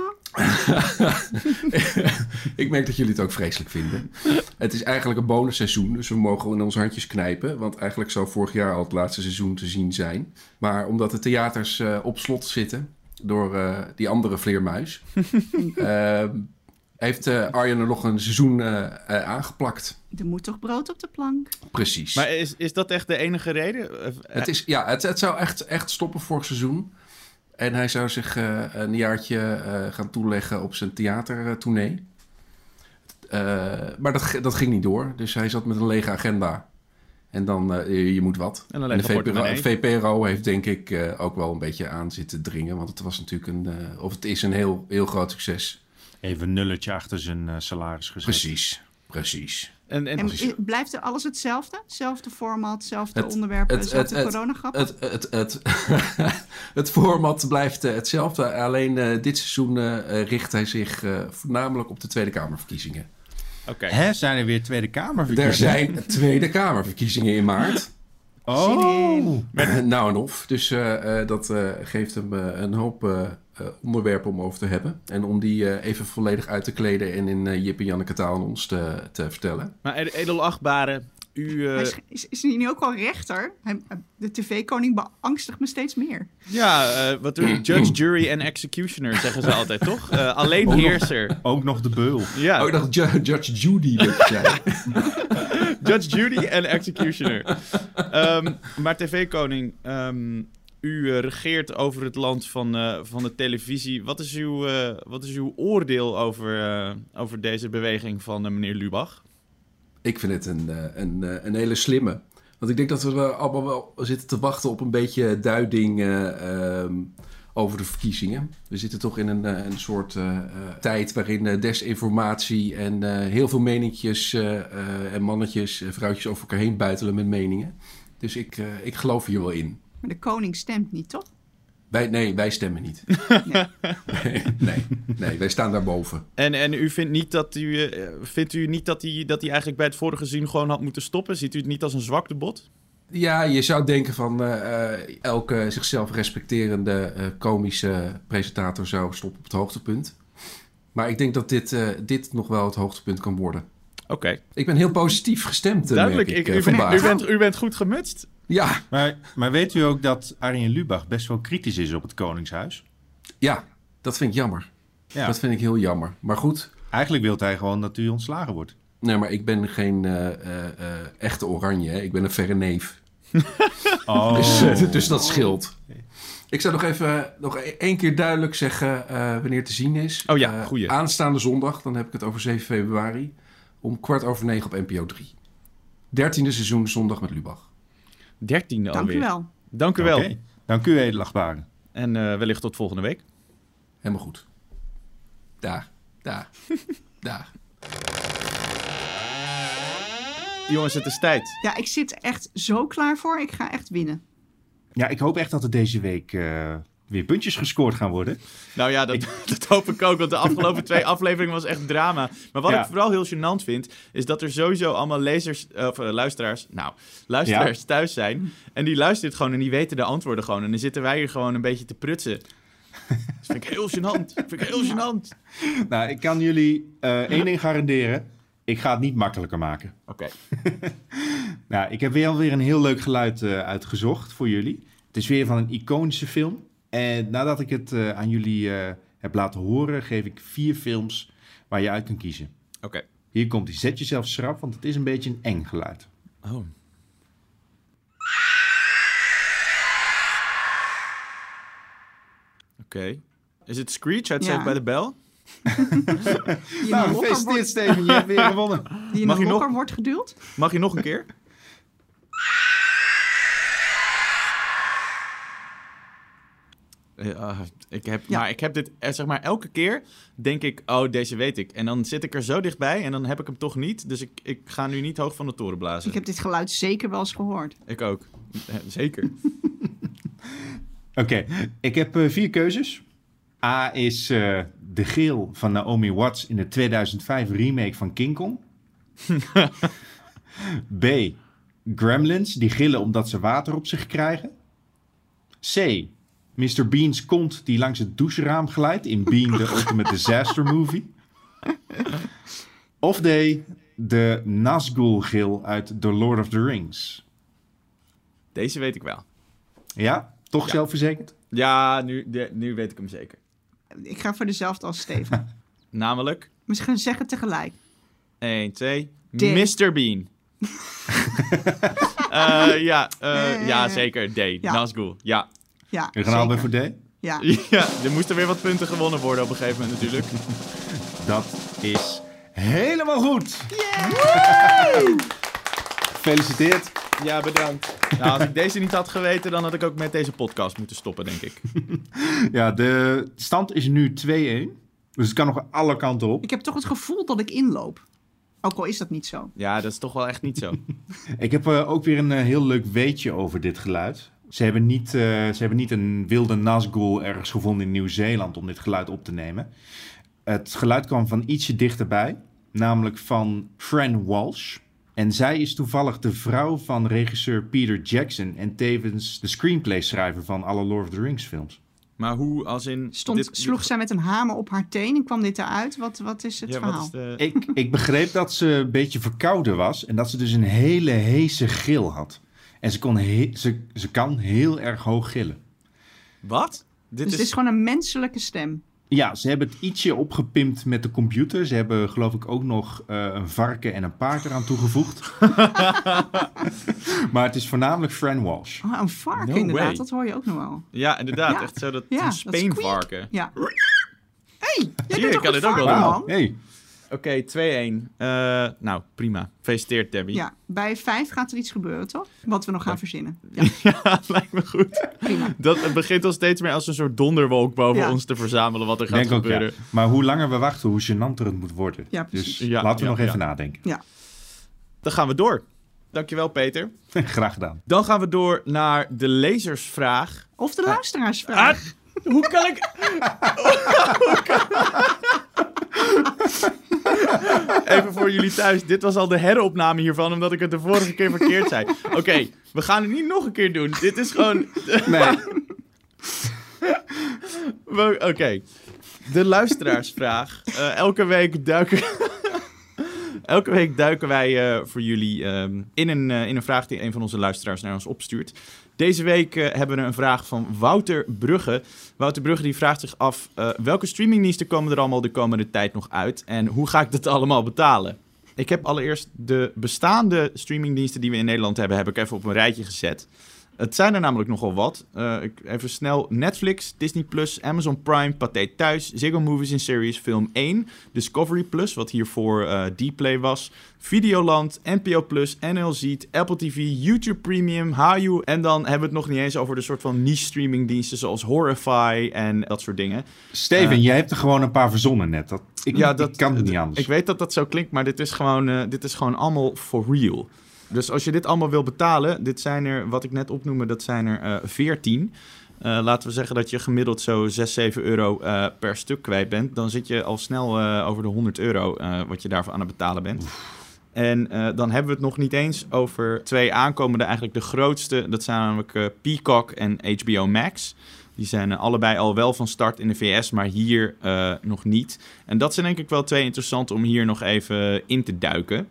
Ik merk dat jullie het ook vreselijk vinden. Het is eigenlijk een bonusseizoen, dus we mogen in onze handjes knijpen. Want eigenlijk zou vorig jaar al het laatste seizoen te zien zijn. Maar omdat de theaters uh, op slot zitten door uh, die andere vleermuis... uh, heeft uh, Arjen er nog een seizoen uh, uh, aangeplakt. Er moet toch brood op de plank? Precies. Maar is, is dat echt de enige reden? Uh, Het, is, ja, het, het zou echt, echt stoppen vorig seizoen. En hij zou zich uh, een jaartje uh, gaan toeleggen op zijn theatertournee. Uh, maar dat, dat ging niet door. Dus hij zat met een lege agenda. En dan, uh, je, je moet wat. En een En de lege V P R O, portemonnee. V P R O heeft denk ik uh, ook wel een beetje aan zitten dringen. Want het was natuurlijk een, uh, of het is een heel, heel groot succes. Even een nulletje achter zijn uh, salaris gezet. Precies, precies. En, en, En i- blijft er alles hetzelfde? Hetzelfde format, hetzelfde Het- onderwerpen, het- hetzelfde het- het- coronagrappen? Het, het, het, het format blijft uh, hetzelfde. Alleen uh, dit seizoen uh, richt hij zich uh, voornamelijk op de Tweede Kamerverkiezingen. Oké. Hè, zijn er weer Tweede Er Kamerverkiezingen? zijn Tweede Kamerverkiezingen in maart. Oh, Nou en of. Dus uh, uh, dat uh, geeft hem uh, een hoop uh, uh, onderwerpen om over te hebben. En om die uh, even volledig uit te kleden en in uh, Jip en Janneke taal aan ons te, te vertellen. Maar ed- edelachtbare, u... Uh... Hij is, is, is hij nu ook al rechter? Hij, de tv-koning beangstigt me steeds meer. Ja, uh, wat doe je? Judge, jury en executioner zeggen ze altijd, toch? Uh, alleen Ook nog- heerser. ook nog de beul. Ja, Oh, ik dacht Ju- Judge Judy dat je zei. Judge, jury en executioner. Um, maar tv-koning, um, u uh, regeert over het land van, uh, van de televisie. Wat is uw, uh, wat is uw oordeel over, uh, over deze beweging van uh, meneer Lubach? Ik vind het een, uh, een, uh, een hele slimme. Want ik denk dat we er allemaal wel zitten te wachten op een beetje duiding uh, um, over de verkiezingen. We zitten toch in een, uh, een soort uh, uh, tijd waarin uh, desinformatie en uh, heel veel meninkjes uh, uh, en mannetjes en vrouwtjes over elkaar heen buitelen met meningen. Dus ik, uh, ik geloof hier wel in. Maar de koning stemt niet, toch? Wij, nee, wij stemmen niet. Nee. nee, nee, nee, wij staan daarboven. En, en u vindt niet dat u, uh, vindt u niet dat hij, dat hij eigenlijk bij het vorige seizoen gewoon had moeten stoppen? Ziet u het niet als een zwaktebod? Ja, je zou denken van uh, uh, elke zichzelf respecterende uh, komische presentator zou stoppen op het hoogtepunt. Maar ik denk dat dit, uh, dit nog wel het hoogtepunt kan worden. Oké, okay. Ik ben heel positief gestemd, uh, duidelijk. merk ik, Ik, uh, u, bent, vandaag. u, bent, u bent goed gemutst. Ja, Maar, maar weet u ook dat Arjen Lubach best wel kritisch is op het Koningshuis? ja, dat vind ik jammer. Ja. Dat vind ik heel jammer. Maar goed, Eigenlijk wil hij gewoon dat u ontslagen wordt. nee, maar ik ben geen uh, uh, uh, echte oranje. Hè. Ik ben een verre neef. Oh. Dus, uh, dus dat scheelt. Ik zou nog even nog één keer duidelijk zeggen uh, wanneer het te zien is. Oh ja, Uh, goeie. aanstaande zondag, dan heb ik het over zeven februari. Om kwart over negen op N P O drie. Dertiende seizoen Zondag met Lubach. Dertiende Dank alweer. u wel. Dank u wel. Oké. Dank u, edelachtbare. En uh, wellicht tot volgende week. Helemaal goed. Daar, daar, daar. Jongens, het is tijd. Ja, ik zit er echt zo klaar voor. Ik ga echt winnen. Ja, ik hoop echt dat er deze week uh, weer puntjes gescoord gaan worden. Nou ja, dat, dat hoop ik ook, want de afgelopen twee afleveringen was echt drama. Maar wat Ja. ik vooral heel gênant vind, is dat er sowieso allemaal lezers, of uh, luisteraars, nou, luisteraars Ja. thuis zijn. En die luisteren gewoon en die weten de antwoorden gewoon. En dan zitten wij hier gewoon een beetje te prutsen. Dat vind ik heel gênant. Dat vind ik heel gênant. Nou, ik kan jullie uh, één ding garanderen. Ik ga het niet makkelijker maken. Oké. Nou, ik heb weer alweer een heel leuk geluid uh, uitgezocht voor jullie. Het is weer van een iconische film. En nadat ik het uh, aan jullie uh, heb laten horen, geef ik vier films waar je uit kunt kiezen. Oké. Hier komt die. Zet jezelf schrap, want het is een beetje een eng geluid. Oh. Oké. Okay. Is het Screech uit Ja. Saved by the Bell? Die in Nou, een lokker gefeliciteerd wordt, Steven, je hebt weer gewonnen. die in Mag een je nog- lokker wordt geduwd. Mag je nog een keer? Uh, ik heb, Ja. Maar ik heb dit, eh, zeg maar, elke keer denk ik, oh, deze weet ik. En dan zit ik er zo dichtbij en dan heb ik hem toch niet. Dus ik, ik ga nu niet hoog van de toren blazen. Ik heb dit geluid zeker wel eens gehoord. Ik ook. Eh, Zeker. Oké, okay, ik heb uh, vier keuzes. A is uh, De Geel van Naomi Watts in de tweeduizend vijf remake van King Kong. B. Gremlins, die gillen omdat ze water op zich krijgen. C. mister Bean's kont die langs het doucheraam glijdt in Bean the Ultimate Disaster Movie. Of D. De Nazgul-gil uit The Lord of the Rings. Deze weet ik wel. Ja? Toch Ja. zelfverzekerd? Ja, nu, de, nu weet ik hem zeker. Ik ga voor dezelfde als Steven. Namelijk, Misschien zeggen tegelijk. één, twee, D. mister Bean. uh, ja, uh, ja, zeker. D. Ja. Nazgul. Ja. Ja, We gaan allebei zeker. voor D. Ja. Ja, er moesten weer wat punten gewonnen worden op een gegeven moment natuurlijk. Dat is helemaal goed. Gefeliciteerd. Ja, bedankt. Nou, als ik deze niet had geweten, dan had ik ook met deze podcast moeten stoppen, denk ik. Ja, de stand is nu twee-één. Dus het kan nog alle kanten op. Ik heb toch het gevoel dat ik inloop. Ook al is dat niet zo. Ja, dat is toch wel echt niet zo. Ik heb uh, ook weer een uh, heel leuk weetje over dit geluid. Ze hebben niet, uh, ze hebben niet een wilde Nazgul ergens gevonden in Nieuw-Zeeland om dit geluid op te nemen. Het geluid kwam van ietsje dichterbij. namelijk van Fran Walsh. En zij is toevallig de vrouw van regisseur Peter Jackson en tevens de screenplay-schrijver van alle Lord of the Rings films. Maar hoe, als in... Stond, dit, sloeg zij met een hamer op haar teen en kwam dit eruit? Wat, wat is het ja, verhaal? wat is de... Ik, ik begreep dat ze een beetje verkouden was en dat ze dus een hele heese gil had. En ze, kon he- ze, ze kan heel erg hoog gillen. Wat? Dit dus is... het is gewoon een menselijke stem. Ja, ze hebben het ietsje opgepimpt met de computer. Ze hebben geloof ik ook nog uh, een varken en een paard eraan toegevoegd. Maar het is voornamelijk Fran Walsh. Oh, een varken No inderdaad, way. dat hoor je ook nog wel. Ja, inderdaad. Ja. Echt zo dat Ja, een dat speenvarken. Ja. Hey, jij Zie je, bent ik toch kan een dit ook wel varken, doen. man? Hey. Oké, okay, twee-een. Uh, nou, prima. Gefeliciteerd, Debbie. Ja, bij vijf gaat er iets gebeuren, toch? Wat we nog gaan verzinnen. Ja, Ja, lijkt me goed. prima. Dat, het begint al steeds meer als een soort donderwolk boven Ja. ons te verzamelen wat er gaat Denk ook, gebeuren. ja. Maar hoe langer we wachten, hoe gênanter het moet worden. Ja, precies. Dus Ja, laten we ja, nog ja. even nadenken. Ja. Dan gaan we door. Dankjewel, Peter. Graag gedaan. Dan gaan we door naar de lezersvraag. Of de luisteraarsvraag. Hoe kan ik... Even voor jullie thuis. Dit was al de heropname hiervan, omdat ik het de vorige keer verkeerd zei. Oké, okay, we gaan het niet nog een keer doen. Dit is gewoon... Nee. Oké. Okay. De luisteraarsvraag. Uh, elke week duiken... Elke week duiken wij uh, voor jullie um, in, een, uh, in een vraag die een van onze luisteraars naar ons opstuurt. Deze week uh, hebben we een vraag van Wouter Brugge. Wouter Brugge die vraagt zich af... Uh, welke streamingdiensten komen er allemaal de komende tijd nog uit? En hoe ga ik dat allemaal betalen? Ik heb allereerst de bestaande streamingdiensten die we in Nederland hebben... heb ik even op een rijtje gezet. Het zijn er namelijk nogal wat. Uh, ik, even snel. Netflix, Disney Plus, Amazon Prime, Pathé Thuis, Ziggo Movies in Series, Film één, Discovery Plus, wat hiervoor uh, Dplay was, Videoland, N P O Plus, N L Z, Apple T V, YouTube Premium, Hayu. En dan hebben we het nog niet eens over de soort van niche streamingdiensten zoals Horrify en dat soort dingen. Steven, uh, jij hebt er gewoon een paar verzonnen net. Dat, ik, ja, dat, ik kan het niet anders. Ik weet dat dat zo klinkt, maar dit is gewoon, uh, dit is gewoon allemaal for real. Dus als je dit allemaal wil betalen, dit zijn er, wat ik net opnoemde, dat zijn er uh, veertien. Uh, laten we zeggen dat je gemiddeld zo zes, zeven euro uh, per stuk kwijt bent. Dan zit je al snel uh, over de honderd euro uh, wat je daarvoor aan het betalen bent. Oef. En uh, dan hebben we het nog niet eens over twee aankomende, eigenlijk de grootste. Dat zijn namelijk uh, Peacock en H B O Max. Die zijn uh, allebei al wel van start in de V S, maar hier uh, nog niet. En dat zijn denk ik wel twee interessant om hier nog even in te duiken.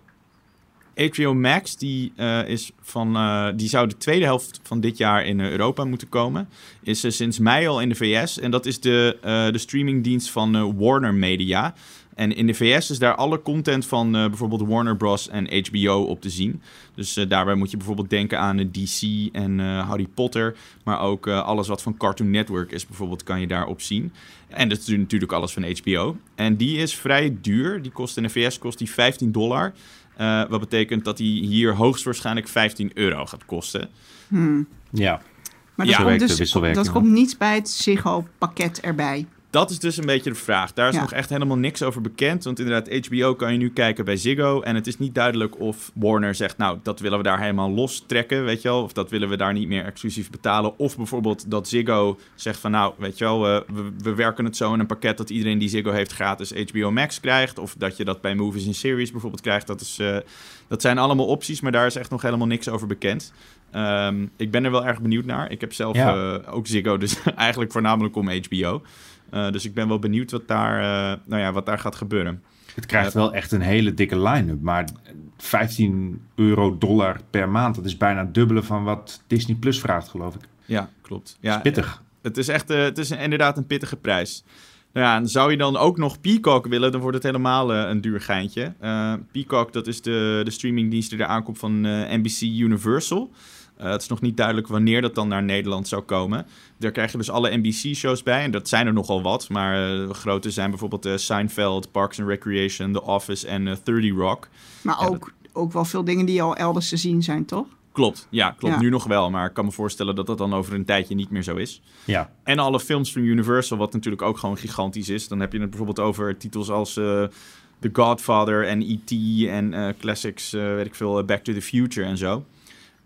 H B O Max die, uh, is van, uh, die zou de tweede helft van dit jaar in uh, Europa moeten komen. Is uh, sinds mei al in de V S. En dat is de, uh, de streamingdienst van uh, Warner Media. En in de V S is daar alle content van uh, bijvoorbeeld Warner Bros. En H B O op te zien. Dus uh, daarbij moet je bijvoorbeeld denken aan uh, D C en uh, Harry Potter. Maar ook uh, alles wat van Cartoon Network is bijvoorbeeld kan je daarop zien. En dat is natuurlijk alles van H B O. En die is vrij duur. Die kost in de V S kost die vijftien dollar. Uh, wat betekent dat die hier hoogstwaarschijnlijk vijftien euro gaat kosten. Hmm. Ja. Maar dat, Ja. komt, Werkt de dus, wisselwerking. dat komt niet bij het Ziggo-pakket erbij. Dat is dus een beetje de vraag. Daar is Ja. nog echt helemaal niks over bekend. Want inderdaad, H B O kan je nu kijken bij Ziggo. En het is niet duidelijk of Warner zegt... nou, dat willen we daar helemaal los trekken, weet je wel. Of dat willen we daar niet meer exclusief betalen. Of bijvoorbeeld dat Ziggo zegt van... nou, weet je wel, uh, we, we werken het zo in een pakket... dat iedereen die Ziggo heeft gratis H B O Max krijgt. Of dat je dat bij Movies in Series bijvoorbeeld krijgt. Dat, is, uh, dat zijn allemaal opties, maar daar is echt nog helemaal niks over bekend. Um, ik ben er wel erg benieuwd naar. Ik heb zelf Ja. uh, ook Ziggo, dus eigenlijk voornamelijk om H B O... Uh, dus ik ben wel benieuwd wat daar, uh, nou ja, wat daar gaat gebeuren. Het krijgt wel echt een hele dikke line-up. Maar vijftien euro dollar per maand, dat is bijna het dubbele van wat Disney Plus vraagt, geloof ik. Ja, klopt. Ja, Dat is pittig. Het is echt, uh, het is inderdaad een pittige prijs. Nou ja, en zou je dan ook nog Peacock willen, dan wordt het helemaal uh, een duur geintje. Uh, Peacock, dat is de, de streamingdienst die er aankomt van uh, N B C Universal. Uh, het is nog niet duidelijk wanneer dat dan naar Nederland zou komen. Daar krijg je dus alle N B C-shows bij. En dat zijn er nogal wat. Maar uh, de grote zijn bijvoorbeeld uh, Seinfeld, Parks and Recreation, The Office en uh, thirty Rock. Maar Ja, ook, ook wel veel dingen die al elders te zien zijn, toch? Klopt, ja, klopt. Ja. Nu nog wel. Maar ik kan me voorstellen dat dat dan over een tijdje niet meer zo is. Ja. En alle films van Universal, wat natuurlijk ook gewoon gigantisch is. Dan heb je het bijvoorbeeld over titels als uh, The Godfather en E T en uh, classics, uh, weet ik veel, uh, Back to the Future en zo.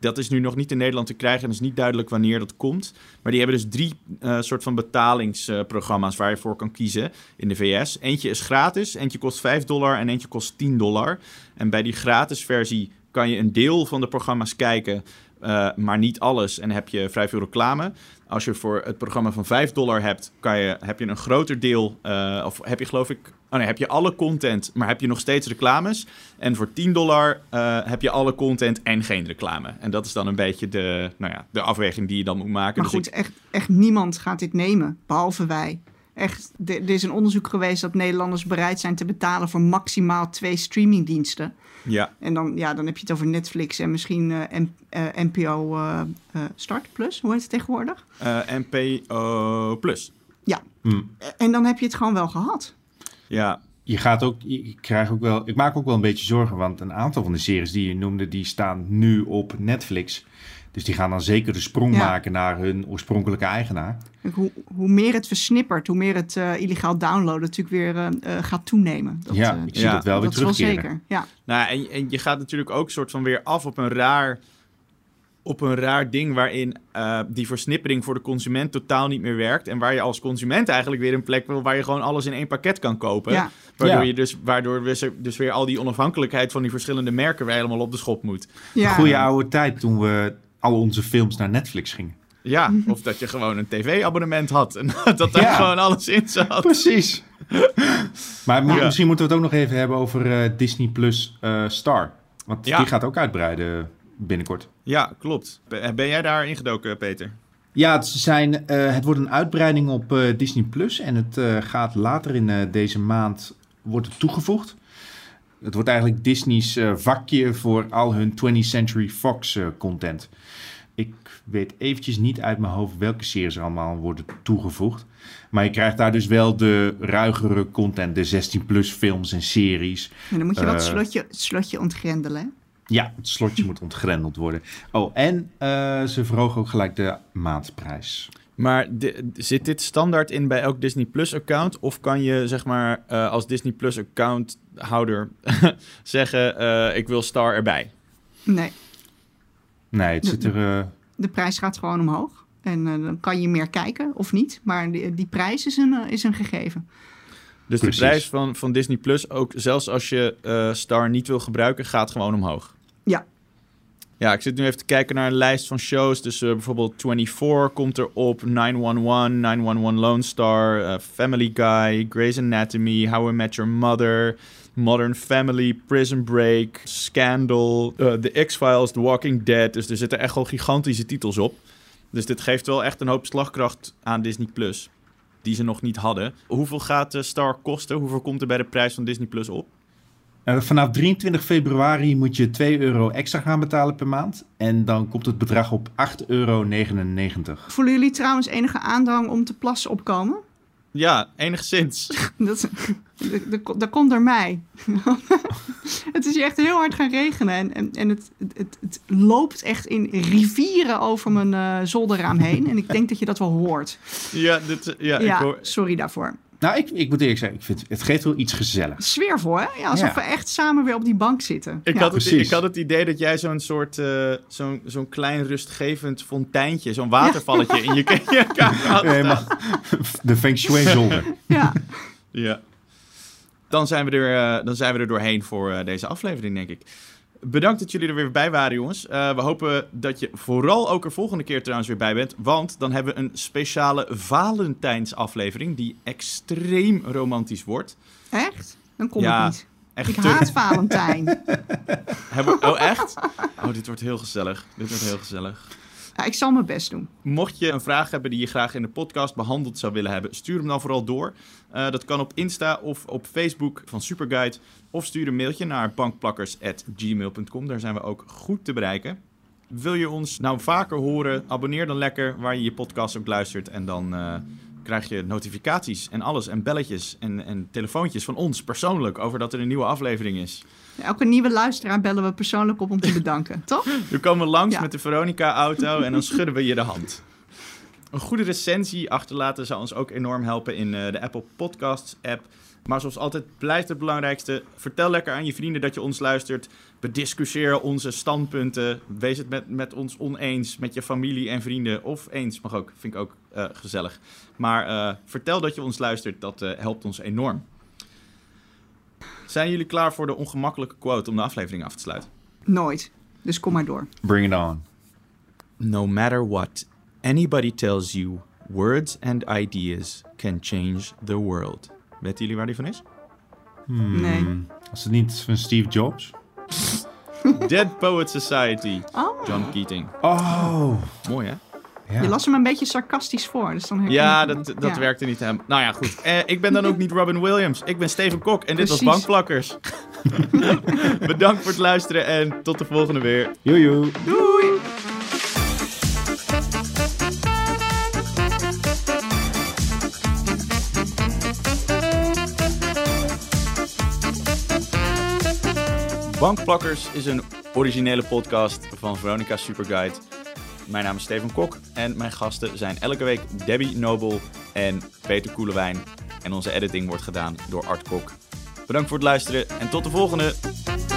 Dat is nu nog niet in Nederland te krijgen en het is niet duidelijk wanneer dat komt. Maar die hebben dus drie uh, soort van betalingsprogramma's uh, waar je voor kan kiezen in de V S. Eentje is gratis, eentje kost vijf dollar en eentje kost tien dollar. En bij die gratis versie kan je een deel van de programma's kijken, uh, maar niet alles. En dan heb je vrij veel reclame. Als je voor het programma van vijf dollar hebt, kan je, heb je een groter deel, uh, of heb je geloof ik... Oh nee, heb je alle content, maar heb je nog steeds reclames. En voor tien dollar uh, heb je alle content en geen reclame. En dat is dan een beetje de, nou ja, de afweging die je dan moet maken. Maar dus goed, ik... echt, echt niemand gaat dit nemen, behalve wij. Echt, er is een onderzoek geweest dat Nederlanders bereid zijn te betalen voor maximaal twee streamingdiensten. Ja. En dan, ja, dan heb je het over Netflix en misschien uh, M- uh, N P O uh, uh, Start Plus. Hoe heet het tegenwoordig? Uh, N P O Plus. Ja. Hmm. En dan heb je het gewoon wel gehad. Ja. Je gaat ook, je krijgt ook wel, ik maak ook wel een beetje zorgen, want een aantal van de series die je noemde, die staan nu op Netflix. Dus die gaan dan zeker de sprong Ja. maken naar hun oorspronkelijke eigenaar. Hoe, hoe meer het versnippert, hoe meer het uh, illegaal downloaden natuurlijk weer uh, uh, gaat toenemen. Dat, ja, uh, ik zie ja, dat wel weer dat is wel terugkeren. zeker, ja. Nou, en, en je gaat natuurlijk ook soort van weer af op een raar, op een raar ding waarin uh, die versnippering voor de consument totaal niet meer werkt. En waar je als consument eigenlijk weer een plek wil waar je gewoon alles in één pakket kan kopen. Ja. Waardoor, Ja. je dus, waardoor dus, dus weer al die onafhankelijkheid van die verschillende merken weer helemaal op de schop moet. Ja. Goeie oude tijd toen we al onze films naar Netflix gingen. Ja, of dat je gewoon een tv-abonnement had en dat daar Ja. gewoon alles in zat. Precies. Maar mo- Ja. misschien moeten we het ook nog even hebben over uh, Disney Plus uh, Star. Want Ja. die gaat ook uitbreiden binnenkort. Ja, klopt. Ben ben jij daar ingedoken, Peter? Ja, het, zijn, uh, het wordt een uitbreiding op uh, Disney Plus. En het uh, gaat later in uh, deze maand wordt het toegevoegd. Het wordt eigenlijk Disney's uh, vakje voor al hun twentieth Century Fox uh, content. Ik weet eventjes niet uit mijn hoofd welke series er allemaal worden toegevoegd. Maar je krijgt daar dus wel de ruigere content, de zestien plus films en series. En dan moet je wel het Uh, slotje, het slotje ontgrendelen, hè? Ja, het slotje moet ontgrendeld worden. Oh, en uh, ze verhogen ook gelijk de maandprijs. Maar de, zit dit standaard in bij elk Disney Plus account? Of kan je zeg maar uh, als Disney Plus accounthouder zeggen uh, ik wil Star erbij? Nee, Nee, het zit er... Uh, de prijs gaat gewoon omhoog. En uh, dan kan je meer kijken of niet. Maar die, die prijs is een, uh, is een gegeven. Dus Precies. de prijs van, van Disney Plus, ook zelfs als je uh, Star niet wil gebruiken, gaat gewoon omhoog. Ja. Ja, ik zit nu even te kijken naar een lijst van shows. Dus uh, bijvoorbeeld vierentwintig komt erop, nine one one, nine one one Lone Star, uh, Family Guy, Grey's Anatomy, How I Met Your Mother, Modern Family, Prison Break, Scandal, uh, The X-Files, The Walking Dead. Dus er zitten echt wel gigantische titels op. Dus dit geeft wel echt een hoop slagkracht aan Disney Plus, die ze nog niet hadden. Hoeveel gaat uh, Star kosten? Hoeveel komt er bij de prijs van Disney Plus op? uh, vanaf drieëntwintig februari moet je twee euro extra gaan betalen per maand. En dan komt het bedrag op acht euro negenennegentig. Voelen jullie trouwens enige aandrang om te plassen opkomen? Ja, enigszins. Dat, dat, dat, dat komt door mij. Het is hier echt heel hard gaan regenen. En, en, en het, het, het loopt echt in rivieren over mijn uh, zolderraam heen. En ik denk dat je dat wel hoort. Ja, dit, ja, Ja, ik hoor... sorry daarvoor. Nou, ik, ik moet eerlijk zeggen, ik vind, het geeft wel iets gezelligs. Sfeervol, hè? Ja, alsof Ja. we echt samen weer op die bank zitten. Ik, ja. had het, precies. ik had het idee dat jij zo'n soort, uh, zo'n, zo'n klein rustgevend fonteintje, zo'n watervalletje in je, in je kamer had Nee, staan. maar de Feng Shui zolder. Ja. Ja. Dan zijn, we er, uh, dan zijn we er doorheen voor uh, deze aflevering, denk ik. Bedankt dat jullie er weer bij waren, jongens. Uh, we hopen dat je vooral ook er volgende keer trouwens weer bij bent. Want dan hebben we een speciale Valentijnsaflevering die extreem romantisch wordt. Echt? Dan kom Ja, ik niet. Echt Ik te- haat Valentijn. Hebben we- Oh, echt? Oh, dit wordt heel gezellig. Dit wordt heel gezellig. Ja, ik zal mijn best doen. Mocht je een vraag hebben die je graag in de podcast behandeld zou willen hebben, stuur hem dan vooral door. Uh, dat kan op Insta of op Facebook van Superguide. Of stuur een mailtje naar bankplakkers at gmail dot com. Daar zijn we ook goed te bereiken. Wil je ons nou vaker horen? Abonneer dan lekker waar je je podcast ook luistert. En dan uh, krijg je notificaties en alles. En belletjes en, en telefoontjes van ons persoonlijk over dat er een nieuwe aflevering is. Elke nieuwe luisteraar bellen we persoonlijk op om te bedanken, toch? We komen langs Ja. met de Veronica-auto en dan schudden we je de hand. Een goede recensie achterlaten zou ons ook enorm helpen in uh, de Apple Podcasts app. Maar zoals altijd blijft het belangrijkste. Vertel lekker aan je vrienden dat je ons luistert. Bediscussieer onze standpunten. Wees het met, met ons oneens. Met je familie en vrienden. Of eens, mag ook. Vind ik ook uh, gezellig. Maar uh, vertel dat je ons luistert. Dat uh, helpt ons enorm. Zijn jullie klaar voor de ongemakkelijke quote om de aflevering af te sluiten? Nooit. Dus kom maar door. Bring it on. No matter what anybody tells you, words and ideas can change the world. Weten jullie waar die van is? Hmm. Nee. Was het niet van Steve Jobs? Dead Poets Society. Oh. John Keating. Oh. Mooi, hè? Ja. Je las hem een beetje sarcastisch voor. Dus dan herken Ja, ik dat, het. dat Ja. werkte niet hem. Nou ja, goed. Eh, ik ben dan ook niet Robin Williams. Ik ben Steven Kok en dit Precies. was Bankplakkers. Bedankt voor het luisteren en tot de volgende weer. Joejoe. Doei! Bankplakkers is een originele podcast van Veronica Superguide. Mijn naam is Steven Kok en mijn gasten zijn elke week Debbie Nobel en Peter Koelewijn. En onze editing wordt gedaan door Art Kok. Bedankt voor het luisteren en tot de volgende!